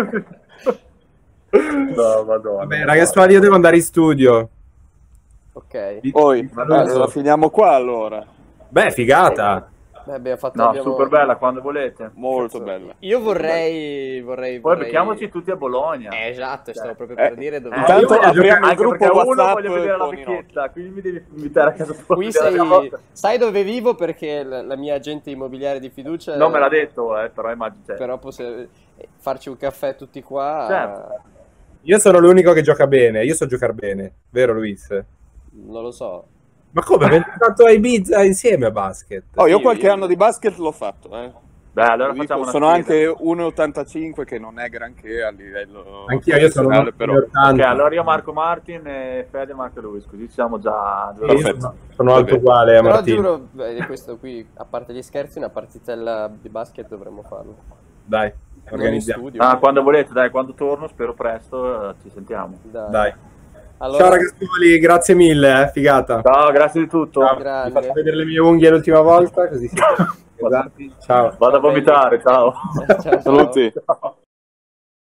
No, madonna. Vabbè, ragazzi, io devo andare in studio. Ok. Poi, allora, finiamo qua allora. Beh, figata. Beh, abbiamo... super bella, quando volete. Molto bella. Io vorrei... Poi becchiamoci tutti a Bologna. Esatto, stavo proprio per dire dove... Intanto apriamo il gruppo WhatsApp. Uno voglio vedere la vecchietta, quindi mi devi invitare a casa tua. Qui sai dove vivo, perché la mia agente immobiliare di fiducia... Non me l'ha detto, però immagino. Però farci un caffè tutti qua... Certo. Io sono l'unico che gioca bene, io so giocare bene, vero Luis? Non lo so. Ma come? Abbiamo giocato a Ibiza insieme a basket. Io qualche anno di basket l'ho fatto, Beh, allora facciamo una sono sfida. anche 1,85 che non è granché a livello Anch'io, io sono però. Ok, allora io Marco Martin e Fede Marco Luis, così siamo già... Perfetto. Sono alto uguale a Però Martino. giuro, questo qui, a parte gli scherzi, una partitella di basket dovremmo farlo. Dai, Non in organizziamo. studio. quando volete, dai, quando torno, spero presto, ci sentiamo. Dai. Allora, Ciao ragazzi, grazie mille, figata. Ciao, grazie di tutto. Ciao. grande. Vi faccio vedere le mie unghie l'ultima volta, così siete. Ciao. Vado a vomitare, ciao. Ciao, ciao. Saluti. Ciao.